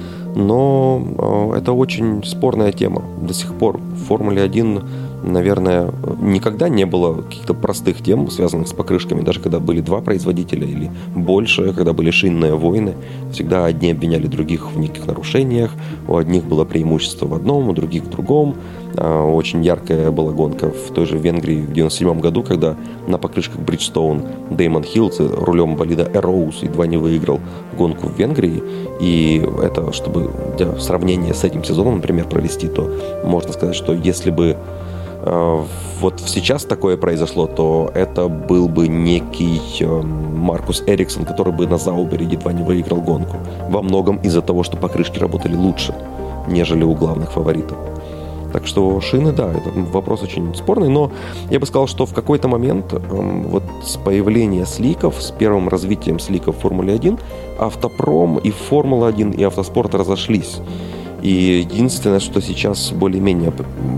но это очень спорная тема. До сих пор в Формуле 1, наверное, никогда не было каких-то простых тем, связанных с покрышками. Даже когда были 2 производителя или больше, когда были шинные войны, всегда одни обвиняли других в неких нарушениях, у одних было преимущество в одном, у других в другом. Очень яркая была гонка в той же Венгрии в 1997 году, когда на покрышках Bridgestone Дэймон Хилл рулем болида Эроуз едва не выиграл гонку в Венгрии. И это, чтобы для сравнения с этим сезоном, например, провести, то можно сказать, что если бы вот сейчас такое произошло, то это был бы некий Маркус Эриксон, который бы на Заубере едва не выиграл гонку. Во многом из-за того, что покрышки работали лучше, нежели у главных фаворитов. Так что шины, да, это вопрос очень спорный, но я бы сказал, что в какой-то момент вот с появлением сликов, с первым развитием сликов в Формуле 1, автопром и Формула-1, и автоспорт разошлись. И единственное, что сейчас более-менее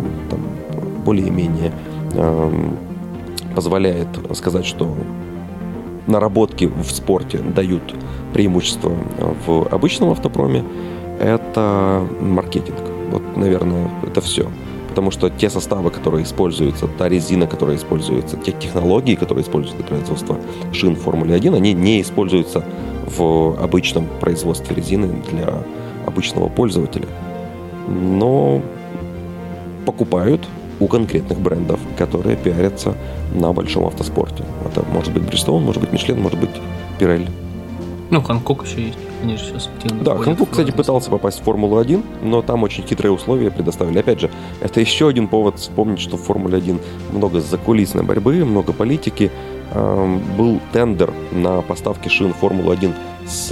позволяет сказать, что наработки в спорте дают преимущество в обычном автопроме, это маркетинг. Вот, наверное, это все. Потому что те составы, которые используются, та резина, которая используется, те технологии, которые используются для производства шин Формулы 1, они не используются в обычном производстве резины для обычного пользователя. Но покупают у конкретных брендов, которые пиарятся на большом автоспорте. Это может быть Bridgestone, может быть Michelin, может быть Pirelli. Ну, Ханкок еще есть. Они же сейчас активно. Да, Ханкок, кстати, пытался попасть в Формулу-1, но там очень хитрые условия предоставили. Опять же, это еще один повод вспомнить, что в Формуле-1 много закулисной борьбы, много политики. Был тендер на поставки шин Формулы-1 с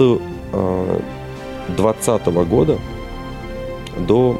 2020 года до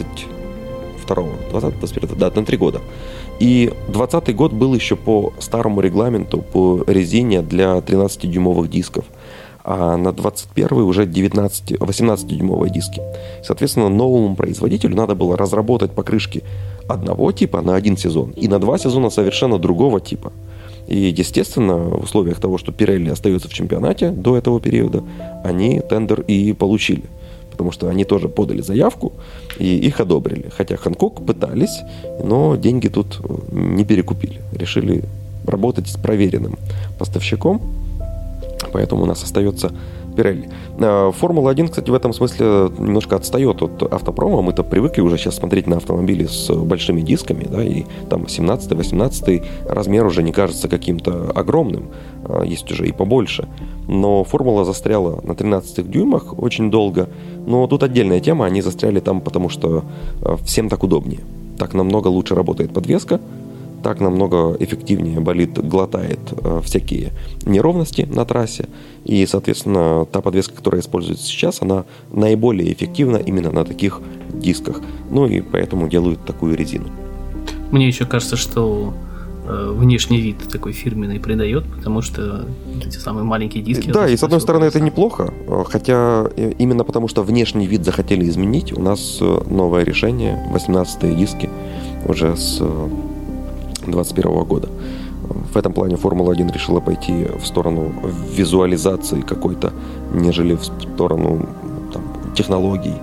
2021, на 3 года. И 2020 год был еще по старому регламенту, по резине для 13-дюймовых дисков. А на 21 уже 18-дюймовые диски. Соответственно, новому производителю надо было разработать покрышки одного типа на 1 сезон и на 2 сезона совершенно другого типа. И, естественно, в условиях того, что Pirelli остается в чемпионате до этого периода, они тендер и получили. Потому что они тоже подали заявку и их одобрили. Хотя Ханкок пытались, но деньги тут не перекупили. Решили работать с проверенным поставщиком. Поэтому у нас остается Pirelli. Формула-1, кстати, в этом смысле немножко отстает от автопрома. Мы-то привыкли уже сейчас смотреть на автомобили с большими дисками, да, и там 17-18 размер уже не кажется каким-то огромным. Есть уже и побольше. Но формула застряла на 13 дюймах очень долго. Но тут отдельная тема. Они застряли там, потому что всем так удобнее. Так намного лучше работает подвеска. Так намного эффективнее болид глотает всякие неровности на трассе. И, соответственно, та подвеска, которая используется сейчас, она наиболее эффективна именно на таких дисках. Ну и поэтому делают такую резину. Мне еще кажется, что внешний вид такой фирменный придает, потому что эти самые маленькие диски... Да, и с одной стороны это неплохо, хотя именно потому что внешний вид захотели изменить, у нас новое решение, 18-е диски уже с 2021 года. В этом плане Формула-1 решила пойти в сторону визуализации какой-то, нежели в сторону технологий.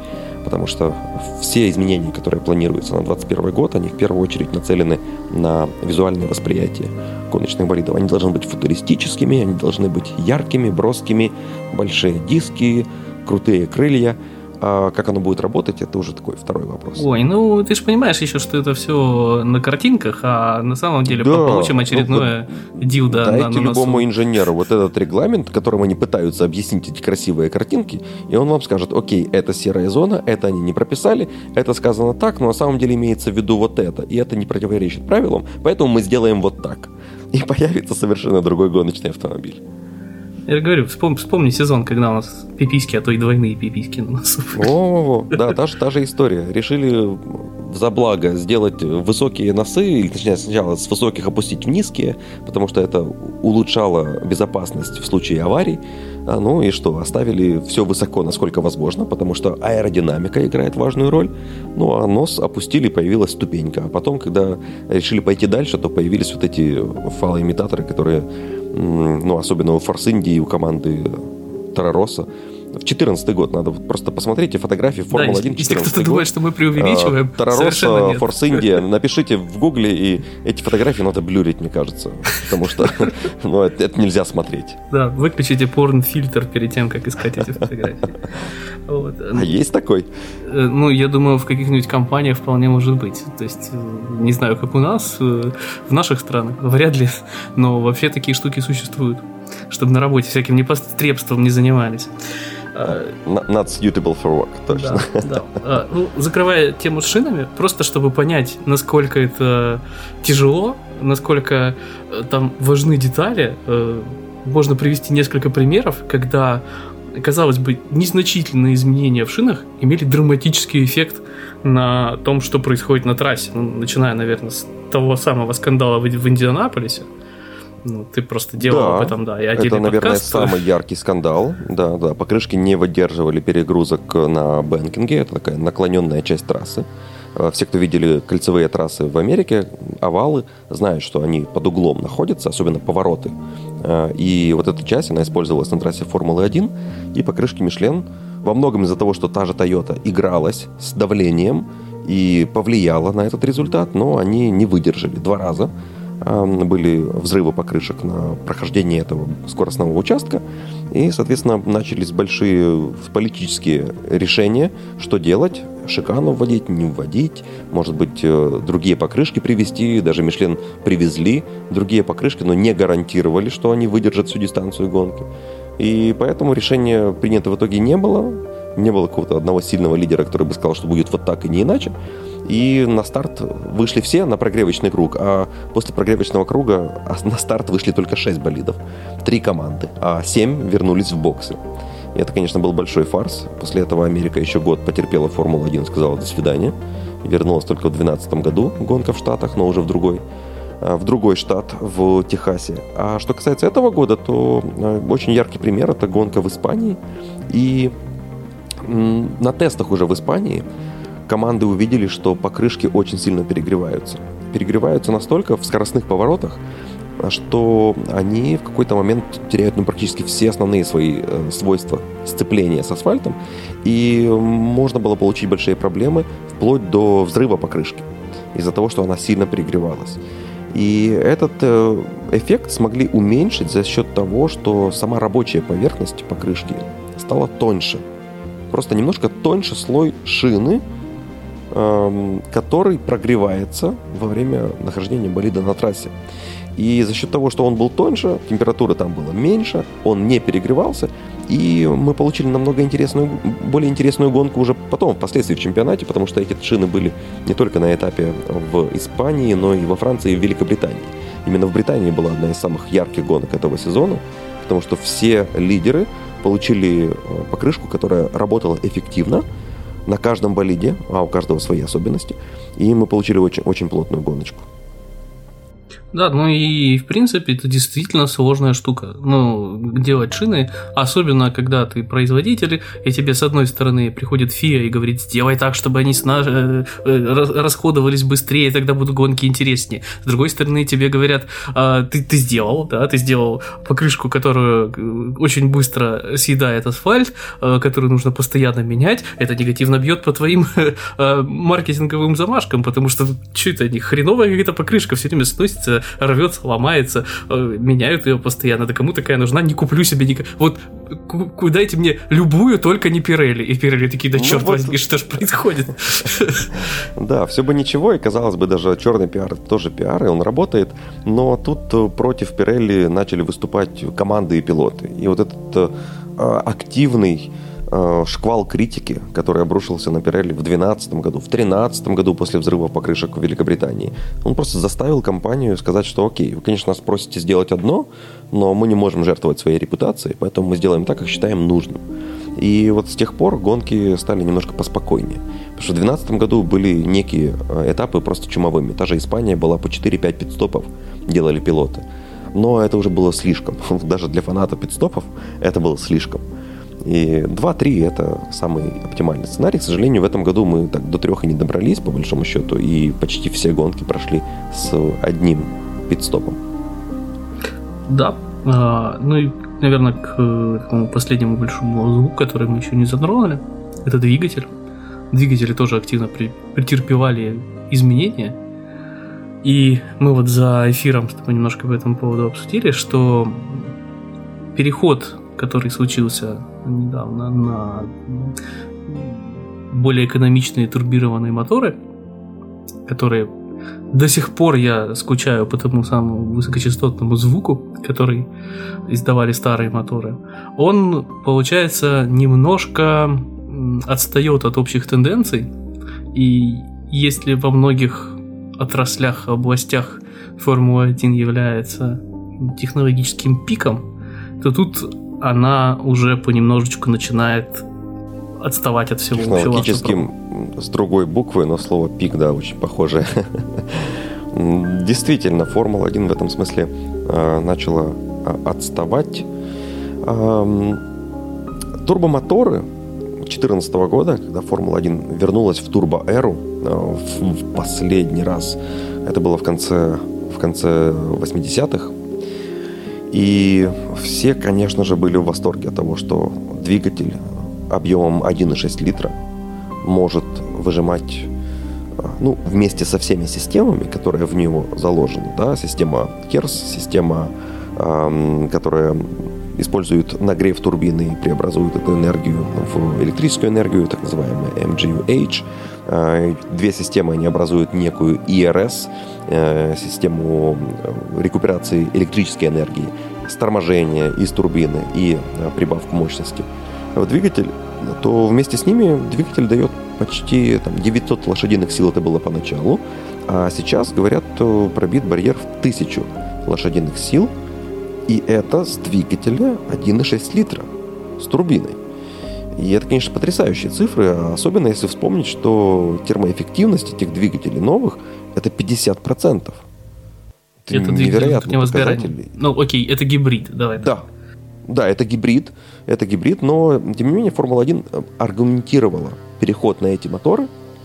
потому что все изменения, которые планируются на 2021 год, они в первую очередь нацелены на визуальное восприятие гоночных болидов. Они должны быть футуристическими, они должны быть яркими, броскими, большие диски, крутые крылья. А как оно будет работать, это уже такой второй вопрос. Ой, ну ты же понимаешь еще, что это все на картинках, а на самом деле получим очередное дилдо на носу. Дайте любому инженеру вот этот регламент, которым они пытаются объяснить эти красивые картинки, и он вам скажет: окей, это серая зона, это они не прописали, это сказано так, но на самом деле имеется в виду вот это, и это не противоречит правилам, поэтому мы сделаем вот так. И появится совершенно другой гоночный автомобиль. Я говорю, вспомни сезон, когда у нас пиписьки, а то и двойные пиписьки на носу. О, да, та же история. Решили за благо сделать высокие носы, или точнее сначала с высоких опустить в низкие, потому что это улучшало безопасность в случае аварий. Ну и что, оставили все высоко, насколько возможно, потому что аэродинамика играет важную роль. Ну а нос опустили, появилась ступенька. А потом, когда решили пойти дальше, то появились вот эти фалоимитаторы, которые, ну, особенно у Force India и у команды Toro Rosso. В 2014 год надо просто посмотрите фотографии Формулы-1 14 если кто-то думает, что мы преувеличиваем, Toro Rosso, Force India, напишите в гугле, и эти фотографии надо блюрить, мне кажется, потому что это нельзя смотреть. Да, выключите порн-фильтр перед тем, как искать эти фотографии. А есть такой? Ну, я думаю, в каких-нибудь компаниях вполне может быть. То есть, не знаю, как у нас, в наших странах, вряд ли, но вообще такие штуки существуют, чтобы на работе всяким непотребством не занимались. Not suitable for work, точно. Да. Ну, закрывая тему с шинами, просто чтобы понять, насколько это тяжело, насколько там важны детали, можно привести несколько примеров, когда, казалось бы, незначительные изменения в шинах имели драматический эффект на том, что происходит на трассе. Ну, начиная, наверное, с того самого скандала в Индианаполисе. Ну, ты просто делал об этом, да, и отдельный это, наверное, подкаст. самый яркий скандал. Да, покрышки не выдерживали перегрузок на бэнкинге. Это такая наклоненная часть трассы. Все, кто видели кольцевые трассы в Америке, овалы, знают, что они под углом находятся, особенно повороты. И вот эта часть, она использовалась на трассе Формулы-1, и покрышки Мишлен во многом из-за того, что та же Toyota игралась с давлением и повлияла на этот результат, но они не выдержали 2 раза. Были взрывы покрышек на прохождении этого скоростного участка, и, соответственно, начались большие политические решения, что делать, шикану вводить, не вводить, может быть, другие покрышки привезти, даже Мишлен привезли другие покрышки, но не гарантировали, что они выдержат всю дистанцию гонки. И поэтому решения принято в итоге не было какого-то одного сильного лидера, который бы сказал, что будет вот так и не иначе. И на старт вышли все на прогревочный круг, а после прогревочного круга на старт вышли только 6 болидов, 3 команды, а 7 вернулись в боксы. И это, конечно, был большой фарс. После этого Америка еще год потерпела Формулу-1, сказала «до свидания». Вернулась только в 2012 году гонка в Штатах, но уже в другой штат, в Техасе. А что касается этого года, то очень яркий пример – это гонка в Испании. И на тестах уже в Испании команды увидели, что покрышки очень сильно перегреваются. Перегреваются настолько в скоростных поворотах, что они в какой-то момент теряют практически все основные свои свойства сцепления с асфальтом, и можно было получить большие проблемы вплоть до взрыва покрышки из-за того, что она сильно перегревалась. И этот эффект смогли уменьшить за счет того, что сама рабочая поверхность покрышки стала тоньше. Просто немножко тоньше слой шины, который прогревается во время нахождения болида на трассе. И за счет того, что он был тоньше, температура там была меньше, он не перегревался, и мы получили намного более интересную гонку уже потом, впоследствии в чемпионате, потому что эти шины были не только на этапе в Испании, но и во Франции и в Великобритании. Именно в Британии была одна из самых ярких гонок этого сезона, потому что все лидеры получили покрышку, которая работала эффективно на каждом болиде, а у каждого свои особенности, и мы получили очень, очень плотную гоночку. Да, ну и в принципе это действительно сложная штука. Ну, делать шины, особенно когда ты производитель, и тебе с одной стороны приходит ФИА и говорит, сделай так, чтобы они расходовались быстрее, тогда будут гонки интереснее. С другой стороны тебе говорят, ты сделал покрышку, которую очень быстро съедает асфальт, которую нужно постоянно менять, это негативно бьет по твоим маркетинговым замашкам, потому что это не хреновая какая-то покрышка, все время сносится, рвется, ломается, меняют ее постоянно. Да кому такая нужна? Не куплю себе никак. Вот дайте мне любую, только не Pirelli. И Pirelli такие, да черт возьми, что ж происходит? Да, все бы ничего, и казалось бы, даже черный пиар тоже пиар, и он работает, но тут против Pirelli начали выступать команды и пилоты. И вот этот активный шквал критики, который обрушился на Pirelli в 2012 году, в 2013 году после взрыва покрышек в Великобритании, он просто заставил компанию сказать, что окей, вы, конечно, нас просите сделать одно, но мы не можем жертвовать своей репутацией, поэтому мы сделаем так, как считаем нужным. И вот с тех пор гонки стали немножко поспокойнее. Потому что в 2012 году были некие этапы просто чумовыми. Та же Испания была по 4-5 пит-стопов, делали пилоты. Но это уже было слишком. Даже для фаната пит-стопов это было слишком. И 2-3 это самый оптимальный сценарий. К сожалению, в этом году мы так до 3 и не добрались, по большому счету, и почти все гонки прошли с одним пит-стопом. Да. Ну и, наверное, к такому последнему большому звуку, который мы еще не затронули, это двигатель. Двигатели тоже активно претерпевали изменения. И мы вот за эфиром с тобой немножко по этому поводу обсудили, что переход, который случился недавно на более экономичные турбированные моторы, которые до сих пор я скучаю по тому самому высокочастотному звуку, который издавали старые моторы, он, получается, немножко отстает от общих тенденций. И если во многих отраслях, областях Формула-1 является технологическим пиком, то тут она уже понемножечку начинает отставать от всего. Технологическим с другой буквы, но слово «пик», да, очень похоже. Действительно, Формула-1 в этом смысле начала отставать. Турбомоторы 2014 года, когда Формула-1 вернулась в турбоэру в последний раз, это было в конце 80-х, и все, конечно же, были в восторге от того, что двигатель объемом 1,6 литра может выжимать, ну, вместе со всеми системами, которые в него заложены, да, система KERS, система, которая использует нагрев турбины и преобразует эту энергию в электрическую энергию, так называемая MGU-H. Две системы, они образуют некую ERS, систему рекуперации электрической энергии, с торможения из турбины и прибавку мощности в двигатель, то вместе с ними двигатель дает почти 900 лошадиных сил, это было поначалу, а сейчас, говорят, пробит барьер в 1000 лошадиных сил, и это с двигателя 1,6 литра, с турбиной. И это, конечно, потрясающие цифры, особенно если вспомнить, что термоэффективность этих двигателей новых – это 50%. Это невероятный показатель. Ну, окей, это гибрид, давай. Да, это гибрид, но, тем не менее, Формула-1 аргументировала переход на эти моторы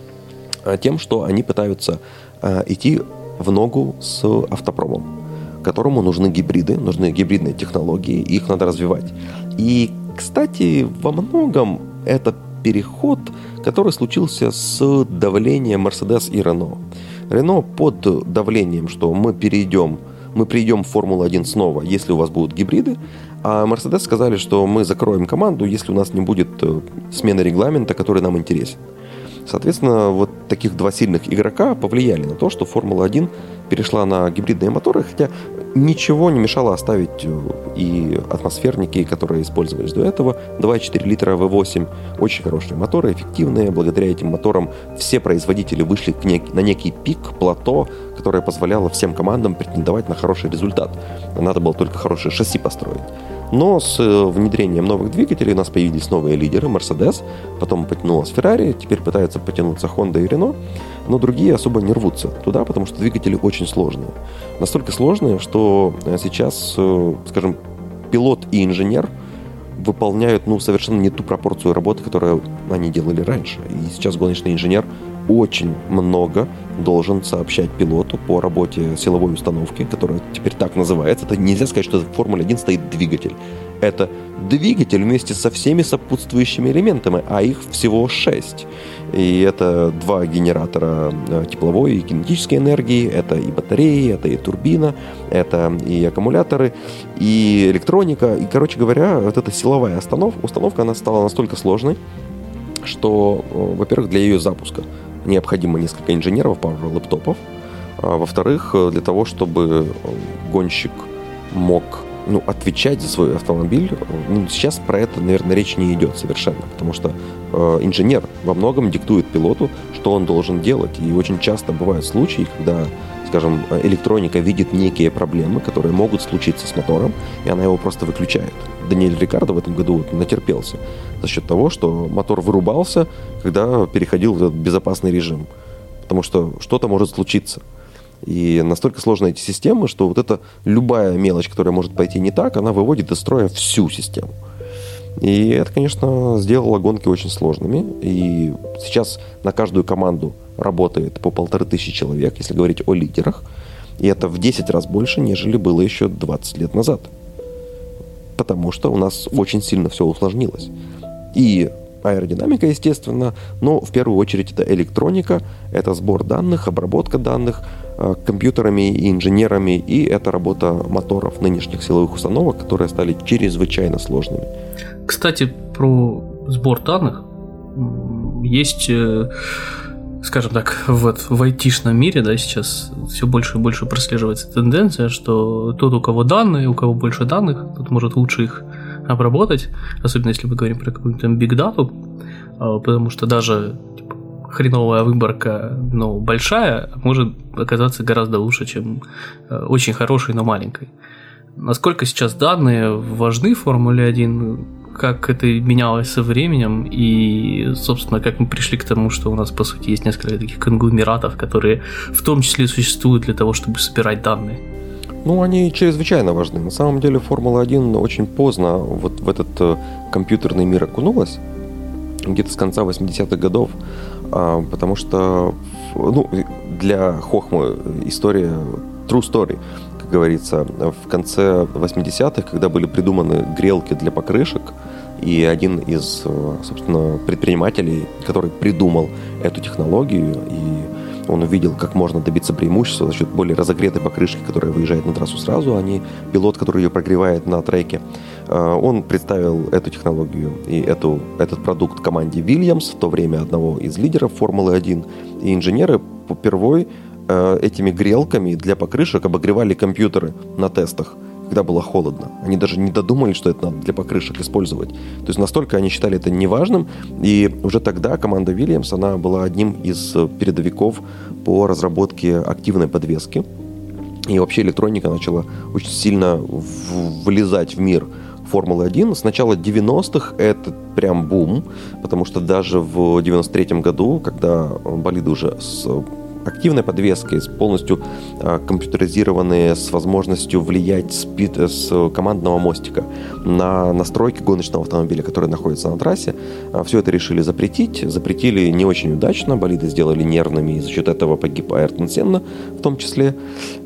тем, что они пытаются идти в ногу с автопромом, которому нужны гибриды, нужны гибридные технологии, их надо развивать. И, кстати, во многом это переход, который случился с давлением Mercedes и Renault. Renault под давлением, что мы придем в Формулу-1 снова, если у вас будут гибриды, а Mercedes сказали, что мы закроем команду, если у нас не будет смены регламента, который нам интересен. Соответственно, вот таких два сильных игрока повлияли на то, что Формула-1 перешла на гибридные моторы, хотя ничего не мешало оставить и атмосферники, которые использовались до этого. 2,4 литра V8, очень хорошие моторы, эффективные. Благодаря этим моторам все производители вышли на некий пик, плато, которое позволяло всем командам претендовать на хороший результат. Надо было только хорошее шасси построить. Но с внедрением новых двигателей у нас появились новые лидеры, Mercedes, потом потянулась Ferrari, теперь пытаются потянуться Honda и Renault, но другие особо не рвутся туда, потому что двигатели очень сложные. Настолько сложные, что сейчас, скажем, пилот и инженер выполняют совершенно не ту пропорцию работы, которую они делали раньше. И сейчас гоночный инженер очень много должен сообщать пилоту по работе силовой установки, которая теперь так называется. Это нельзя сказать, что в Формуле 1 стоит двигатель. Это двигатель вместе со всеми сопутствующими элементами, а их всего 6. И это 2 генератора тепловой и кинетической энергии, это и батареи, это и турбина, это и аккумуляторы, и электроника. И, короче говоря, вот эта силовая установка, она стала настолько сложной, что, во-первых, для ее запуска необходимо несколько инженеров, пару лэптопов. А во-вторых, для того, чтобы гонщик мог отвечать за свой автомобиль, сейчас про это, наверное, речь не идет совершенно, потому что инженер во многом диктует пилоту, что он должен делать. И очень часто бывают случаи, когда, скажем, электроника видит некие проблемы, которые могут случиться с мотором, и она его просто выключает. Даниэль Рикардо в этом году натерпелся за счет того, что мотор вырубался, когда переходил в этот безопасный режим. Потому что что-то может случиться. И настолько сложны эти системы, что вот эта любая мелочь, которая может пойти не так, она выводит из строя всю систему. И это, конечно, сделало гонки очень сложными. И сейчас на каждую команду работает по 1500 человек, если говорить о лидерах. И это в 10 раз больше, нежели было еще 20 лет назад. Потому что у нас очень сильно все усложнилось. И аэродинамика, естественно, но в первую очередь это электроника, это сбор данных, обработка данных компьютерами и инженерами, и это работа моторов нынешних силовых установок, которые стали чрезвычайно сложными. Кстати, про сбор данных есть, скажем так, в айтишном мире, да, сейчас все больше и больше прослеживается тенденция, что тот, у кого данные, у кого больше данных, тот может лучше их обработать, особенно если мы говорим про какую-то бигдату, потому что даже хреновая выборка, но большая, может оказаться гораздо лучше, чем очень хорошей, но маленькой. Насколько сейчас данные важны в Формуле 1, как это менялось со временем, и, собственно, как мы пришли к тому, что у нас, по сути, есть несколько таких конгломератов, которые в том числе существуют для того, чтобы собирать данные. Они чрезвычайно важны. На самом деле Формула-1 очень поздно вот в этот компьютерный мир окунулась, где-то с конца 80-х годов, потому что для Хохмы история true story, как говорится. В конце 80-х, когда были придуманы грелки для покрышек, и один из, собственно, предпринимателей, который придумал эту технологию, и он увидел, как можно добиться преимущества за счет более разогретой покрышки, которая выезжает на трассу сразу, а не пилот, который ее прогревает на треке. Он представил эту технологию и этот продукт команде Williams, в то время одного из лидеров Формулы-1. И инженеры впервые этими грелками для покрышек обогревали компьютеры на тестах, когда было холодно. Они даже не додумали, что это надо для покрышек использовать. То есть настолько они считали это неважным. И уже тогда команда Williams, она была одним из передовиков по разработке активной подвески. И вообще электроника начала очень сильно влезать в мир Формулы-1. С начала 90-х это прям бум, потому что даже в 93-м году, когда болиды уже с активной подвеской, полностью компьютеризированные, с возможностью влиять с командного мостика на настройки гоночного автомобиля, который находится на трассе. Все это решили запретить. Запретили не очень удачно, болиды сделали нервными, и за счет этого погиб Айртон Сенна в том числе.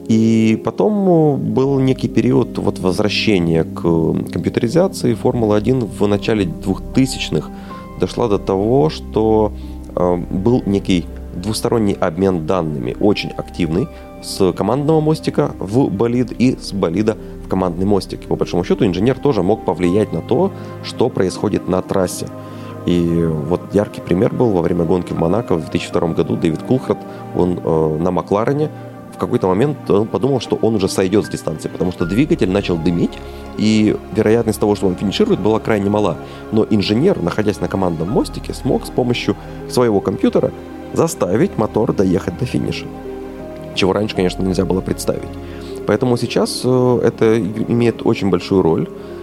И потом был некий период возвращения к компьютеризации. Формула-1 в начале 2000-х дошла до того, что был некий двусторонний обмен данными, очень активный, с командного мостика в болид и с болида в командный мостик. И по большому счету инженер тоже мог повлиять на то, что происходит на трассе. И вот яркий пример был во время гонки в Монако в 2002 году. Дэвид Кулхарт, он на Макларене, в какой-то момент он подумал, что он уже сойдет с дистанции, потому что двигатель начал дымить, и вероятность того, что он финиширует, была крайне мала. Но инженер, находясь на командном мостике, смог с помощью своего компьютера заставить мотор доехать до финиша. Чего раньше, конечно, нельзя было представить. Поэтому сейчас это имеет очень большую роль.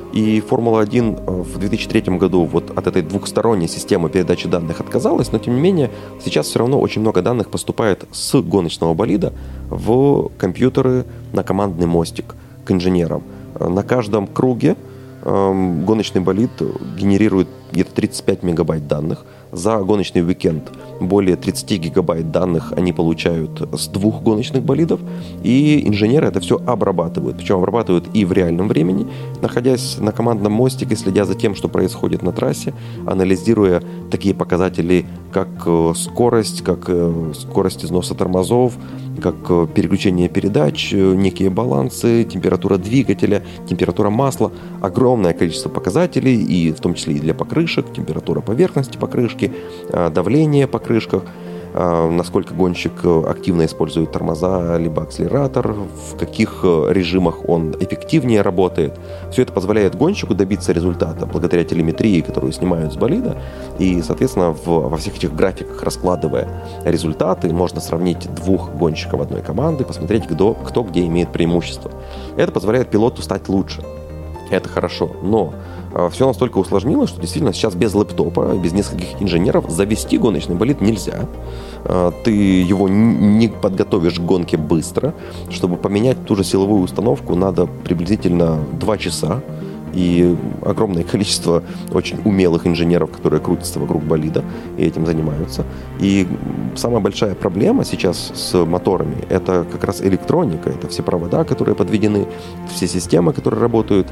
И Формула-1 в 2003 году вот от этой двухсторонней системы передачи данных отказалась, но тем не менее сейчас все равно очень много данных поступает с гоночного болида в компьютеры на командный мостик к инженерам. На каждом круге гоночный болид генерирует где-то 35 мегабайт данных. За гоночный уикенд более 30 гигабайт данных они получают с 2 гоночных болидов, и инженеры это все обрабатывают. Причем обрабатывают и в реальном времени, находясь на командном мостике, следя за тем, что происходит на трассе, анализируя такие показатели, как скорость износа тормозов, как переключение передач, некие балансы, температура двигателя, температура масла. Огромное количество показателей, и в том числе и для покрышек, температура поверхности покрышки, давление в покрышках, насколько гонщик активно использует тормоза либо акселератор, в каких режимах он эффективнее работает. Все это позволяет гонщику добиться результата благодаря телеметрии, которую снимают с болида. И, соответственно, во всех этих графиках, раскладывая результаты, можно сравнить 2 гонщиков одной команды, посмотреть, кто где имеет преимущество. Это позволяет пилоту стать лучше. Это хорошо, но все настолько усложнилось, что действительно сейчас без лэптопа, без нескольких инженеров завести гоночный болид нельзя. Ты его не подготовишь к гонке быстро. Чтобы поменять ту же силовую установку, надо приблизительно 2 часа. И огромное количество очень умелых инженеров, которые крутятся вокруг болида и этим занимаются. И самая большая проблема сейчас с моторами – это как раз электроника, это все провода, которые подведены, все системы, которые работают.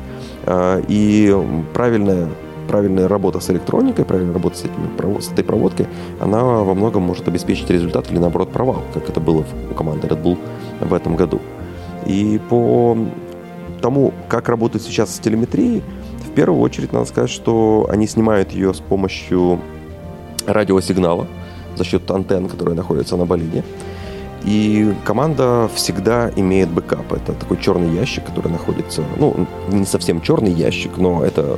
И правильная работа с электроникой, правильная работа с этой проводкой, она во многом может обеспечить результат или, наоборот, провал, как это было у команды Red Bull в этом году. И по тому, как работают сейчас с телеметрией, в первую очередь надо сказать, что они снимают ее с помощью радиосигнала за счет антенн, которые находятся на болиде. И команда всегда имеет бэкап. Это такой черный ящик, который находится, не совсем черный ящик, но это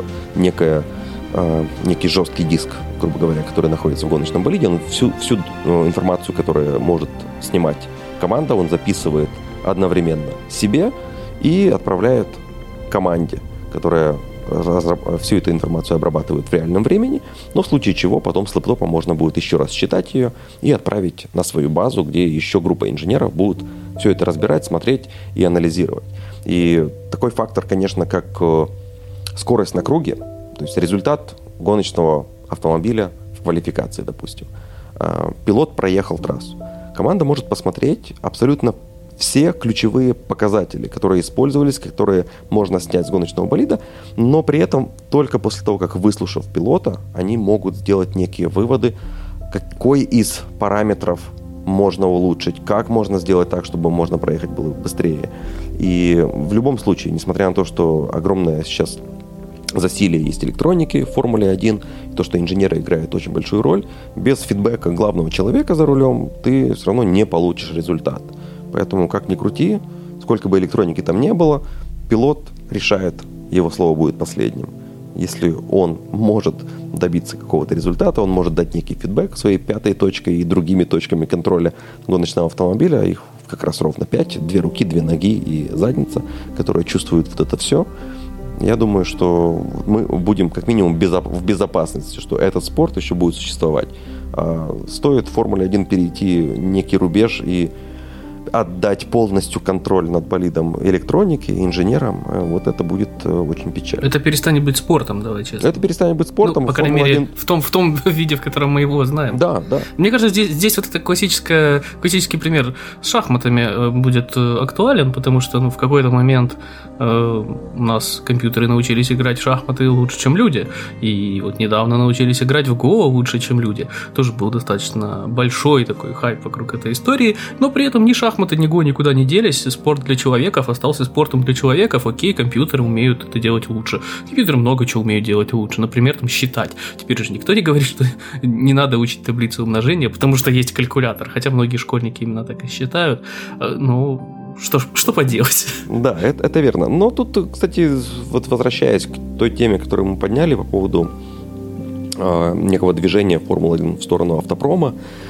некий жесткий диск, грубо говоря, который находится в гоночном болиде. Он всю информацию, которую может снимать команда, он записывает одновременно себе и отправляет команде, которая всю эту информацию обрабатывает в реальном времени, но в случае чего потом с лэптопа можно будет еще раз считать ее и отправить на свою базу, где еще группа инженеров будут все это разбирать, смотреть и анализировать. И такой фактор, конечно, как скорость на круге, то есть результат гоночного автомобиля в квалификации, допустим. Пилот проехал трассу. Команда может посмотреть абсолютно все ключевые показатели, которые использовались, которые можно снять с гоночного болида, но при этом только после того, как выслушав пилота, они могут сделать некие выводы, какой из параметров можно улучшить, как можно сделать так, чтобы можно проехать было быстрее. И в любом случае, несмотря на то, что огромное сейчас засилие есть электроники в Формуле 1, то, что инженеры играют очень большую роль, без фидбэка главного человека за рулем ты все равно не получишь результат. Поэтому, как ни крути, сколько бы электроники там не было, пилот решает, его слово будет последним. Если он может добиться какого-то результата, он может дать некий фидбэк своей 5-й точкой и другими точками контроля гоночного автомобиля. Их как раз ровно 5. 2 руки, 2 ноги и задница, которые чувствуют вот это все. Я думаю, что мы будем как минимум в безопасности, что этот спорт еще будет существовать. Стоит в Формуле 1 перейти некий рубеж и отдать полностью контроль над болидом электроники, инженерам, вот это будет очень печально. Это перестанет быть спортом, давай честно. Это перестанет быть спортом. По крайней мере, в том виде, в котором мы его знаем. Да. Мне кажется, здесь вот это классический пример с шахматами будет актуален, потому что в какой-то момент у нас компьютеры научились играть в шахматы лучше, чем люди. И вот недавно научились играть в Го лучше, чем люди. Тоже был достаточно большой такой хайп вокруг этой истории, но при этом ни шахматы, ни Го никуда не делись. Спорт для человеков остался спортом для человеков. Окей, компьютеры умеют это делать лучше. Компьютеры много чего умеют делать лучше. Например, считать. Теперь же никто не говорит, что не надо учить таблицы умножения, потому что есть калькулятор. Хотя многие школьники именно так и считают. Что поделать? Да, это верно. Но тут, кстати, вот возвращаясь к той теме, которую мы подняли по поводу некого движения Формулы-1 в сторону автопрома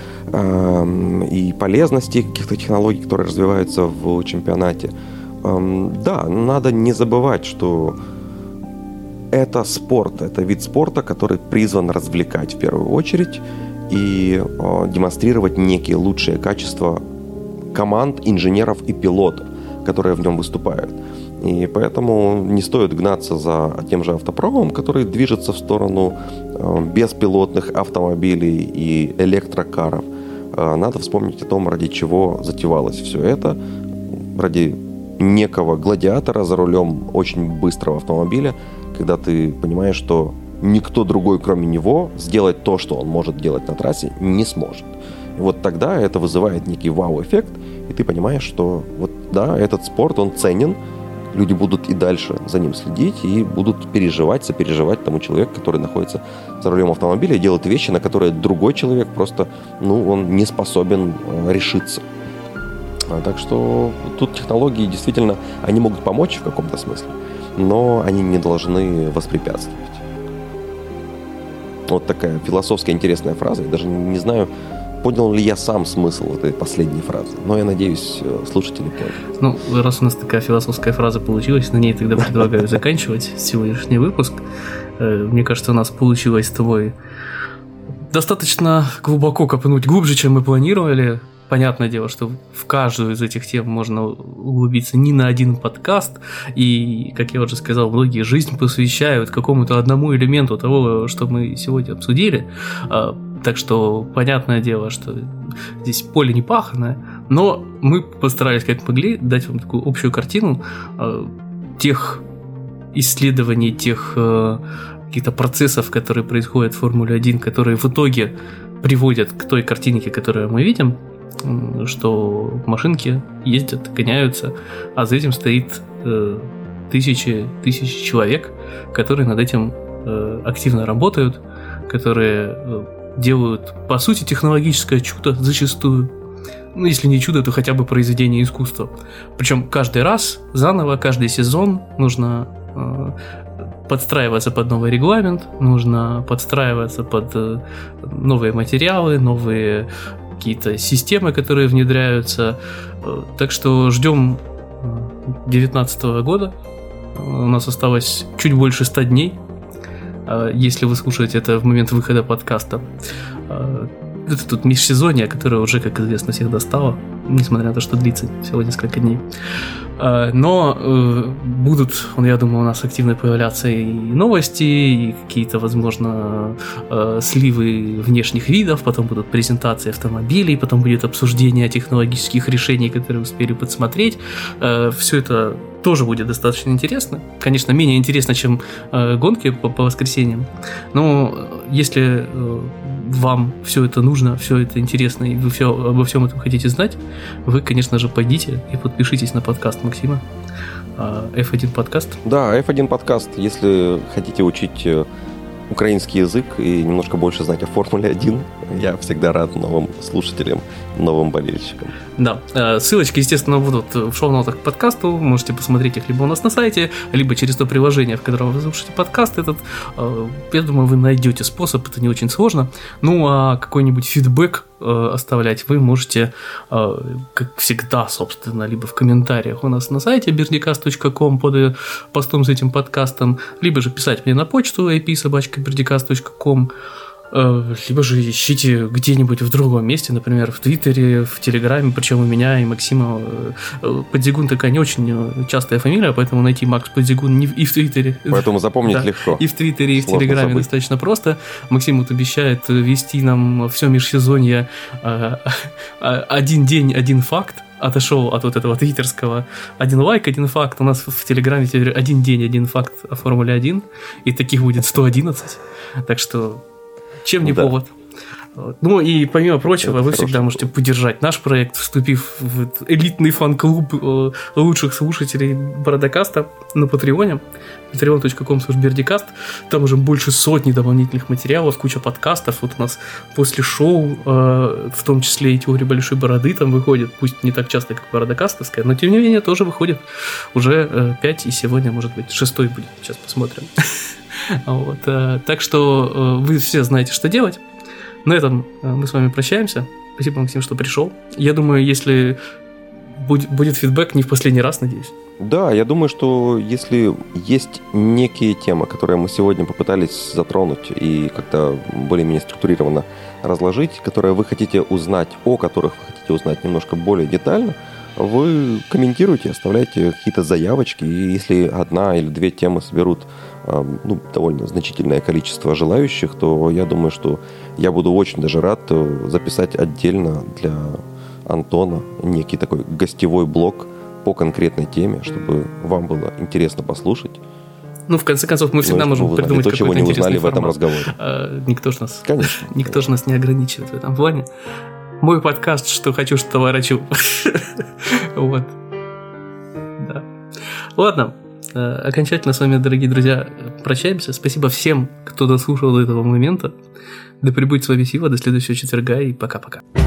и полезности каких-то технологий, которые развиваются в чемпионате. Да, надо не забывать, что это спорт, это вид спорта, который призван развлекать в первую очередь и демонстрировать некие лучшие качества команд, инженеров и пилотов, которые в нем выступают. И поэтому не стоит гнаться за тем же автопромом, который движется в сторону беспилотных автомобилей и электрокаров. Надо вспомнить о том, ради чего затевалось все это. Ради некого гладиатора за рулем очень быстрого автомобиля, когда ты понимаешь, что никто другой, кроме него, сделать то, что он может делать на трассе, не сможет. И вот тогда это вызывает некий вау-эффект, и ты понимаешь, что вот да, этот спорт, он ценен, люди будут и дальше за ним следить и будут переживать, сопереживать тому человеку, который находится за рулем автомобиля и делает вещи, на которые другой человек просто, он не способен решиться. Так что тут технологии действительно, они могут помочь в каком-то смысле, но они не должны воспрепятствовать. Вот такая философская интересная фраза. Я даже не знаю, понял ли я сам смысл этой последней фразы, но я надеюсь, слушатели поняли. Раз у нас такая философская фраза получилась, на ней тогда предлагаю заканчивать сегодняшний выпуск. Мне кажется, у нас получилось с тобой достаточно глубоко копнуть, глубже, чем мы планировали. Понятное дело, что в каждую из этих тем можно углубиться не на один подкаст, и, как я уже сказал, многие жизнь посвящают какому-то одному элементу того, что мы сегодня обсудили. Так что понятное дело, что здесь поле не паханое, но мы постарались как могли дать вам такую общую картину тех исследований, тех каких-то процессов, которые происходят в Формуле-1, которые в итоге приводят к той картинке, которую мы видим, что машинки ездят, гоняются, а за этим стоит тысячи человек, которые над этим активно работают, которые делают, по сути, технологическое чудо зачастую. Если не чудо, то хотя бы произведение искусства. Причем каждый раз, заново, каждый сезон нужно подстраиваться под новый регламент, нужно подстраиваться под новые материалы, новые какие-то системы, которые внедряются. Так что ждем 2019 года. У нас осталось чуть больше 100 дней, если вы слушаете это в момент выхода подкаста. Это тут межсезонье, которое уже, как известно, всех достало, несмотря на то, что длится всего несколько дней. Но будут, я думаю, у нас активно появляться и новости, и какие-то, возможно, сливы внешних видов, потом будут презентации автомобилей, потом будет обсуждение технологических решений, которые успели подсмотреть. Все это тоже будет достаточно интересно. Конечно, менее интересно, чем гонки по воскресеньям, но если вам все это нужно, все это интересно, и вы обо всем этом хотите знать, вы, конечно же, пойдите и подпишитесь на подкаст Максима. F1 подкаст. Да, F1 подкаст. Если хотите учить украинский язык и немножко больше знать о Формуле 1, я всегда рад новым слушателям, новым болельщикам. Да, ссылочки, естественно, будут в шоу-нотах к подкасту, можете посмотреть их либо у нас на сайте, либо через то приложение, в котором вы слушаете подкаст этот. Я думаю, вы найдете способ, это не очень сложно. Ну, а какой-нибудь фидбэк оставлять вы можете, как всегда, собственно, либо в комментариях у нас на сайте birdicast.com под постом с этим подкастом, либо же писать мне на почту ip@birdicast.com, либо же ищите где-нибудь в другом месте, например, в Твиттере, в Телеграме, причем у меня и Максима Подзигун такая не очень частая фамилия, поэтому найти Макс Подзигун и в Твиттере. Поэтому запомнить легко. И в Твиттере, и в Телеграме достаточно просто. Максим вот обещает вести нам все межсезонье один день, один факт. Отошел от вот этого твиттерского один лайк, один факт. У нас в Телеграме теперь один день, один факт о Формуле 1, и таких будет 111. Так что чем не повод. Ну и помимо прочего, вы всегда можете поддержать наш проект, вступив в элитный фан-клуб лучших слушателей Бородокаста на Патреоне, patreon.com/birdicast. Там уже больше сотни дополнительных материалов, куча подкастов. Вот у нас после шоу, в том числе и теория большой бороды, там выходит, пусть не так часто, как Бородокастовская, но тем не менее тоже выходит уже 5, и сегодня, может быть, 6 будет. Сейчас посмотрим. Вот. Так что вы все знаете, что делать. На этом мы с вами прощаемся. Спасибо, Максим, что пришел. Я думаю, если будет фидбэк не в последний раз, надеюсь. Да, я думаю, что если есть некие темы, которые мы сегодня попытались затронуть и как-то более-менее структурированно разложить, которые вы хотите узнать, о которых вы хотите узнать немножко более детально, вы комментируйте, оставляйте какие-то заявочки, и если одна или две темы соберут довольно значительное количество желающих, то я думаю, что я буду очень даже рад записать отдельно для Антона некий такой гостевой блог по конкретной теме, чтобы вам было интересно послушать. В конце концов, мы всегда можем придумать то, чего не узнали формат. в этом разговоре. Никто ж нас не ограничивает в этом плане. Мой подкаст «Что хочу, что творачу». Вот. Да. Ладно. Окончательно с вами, дорогие друзья, прощаемся. Спасибо всем, кто дослушал до этого момента. Да пребудет с вами сила. До следующего четверга и пока-пока.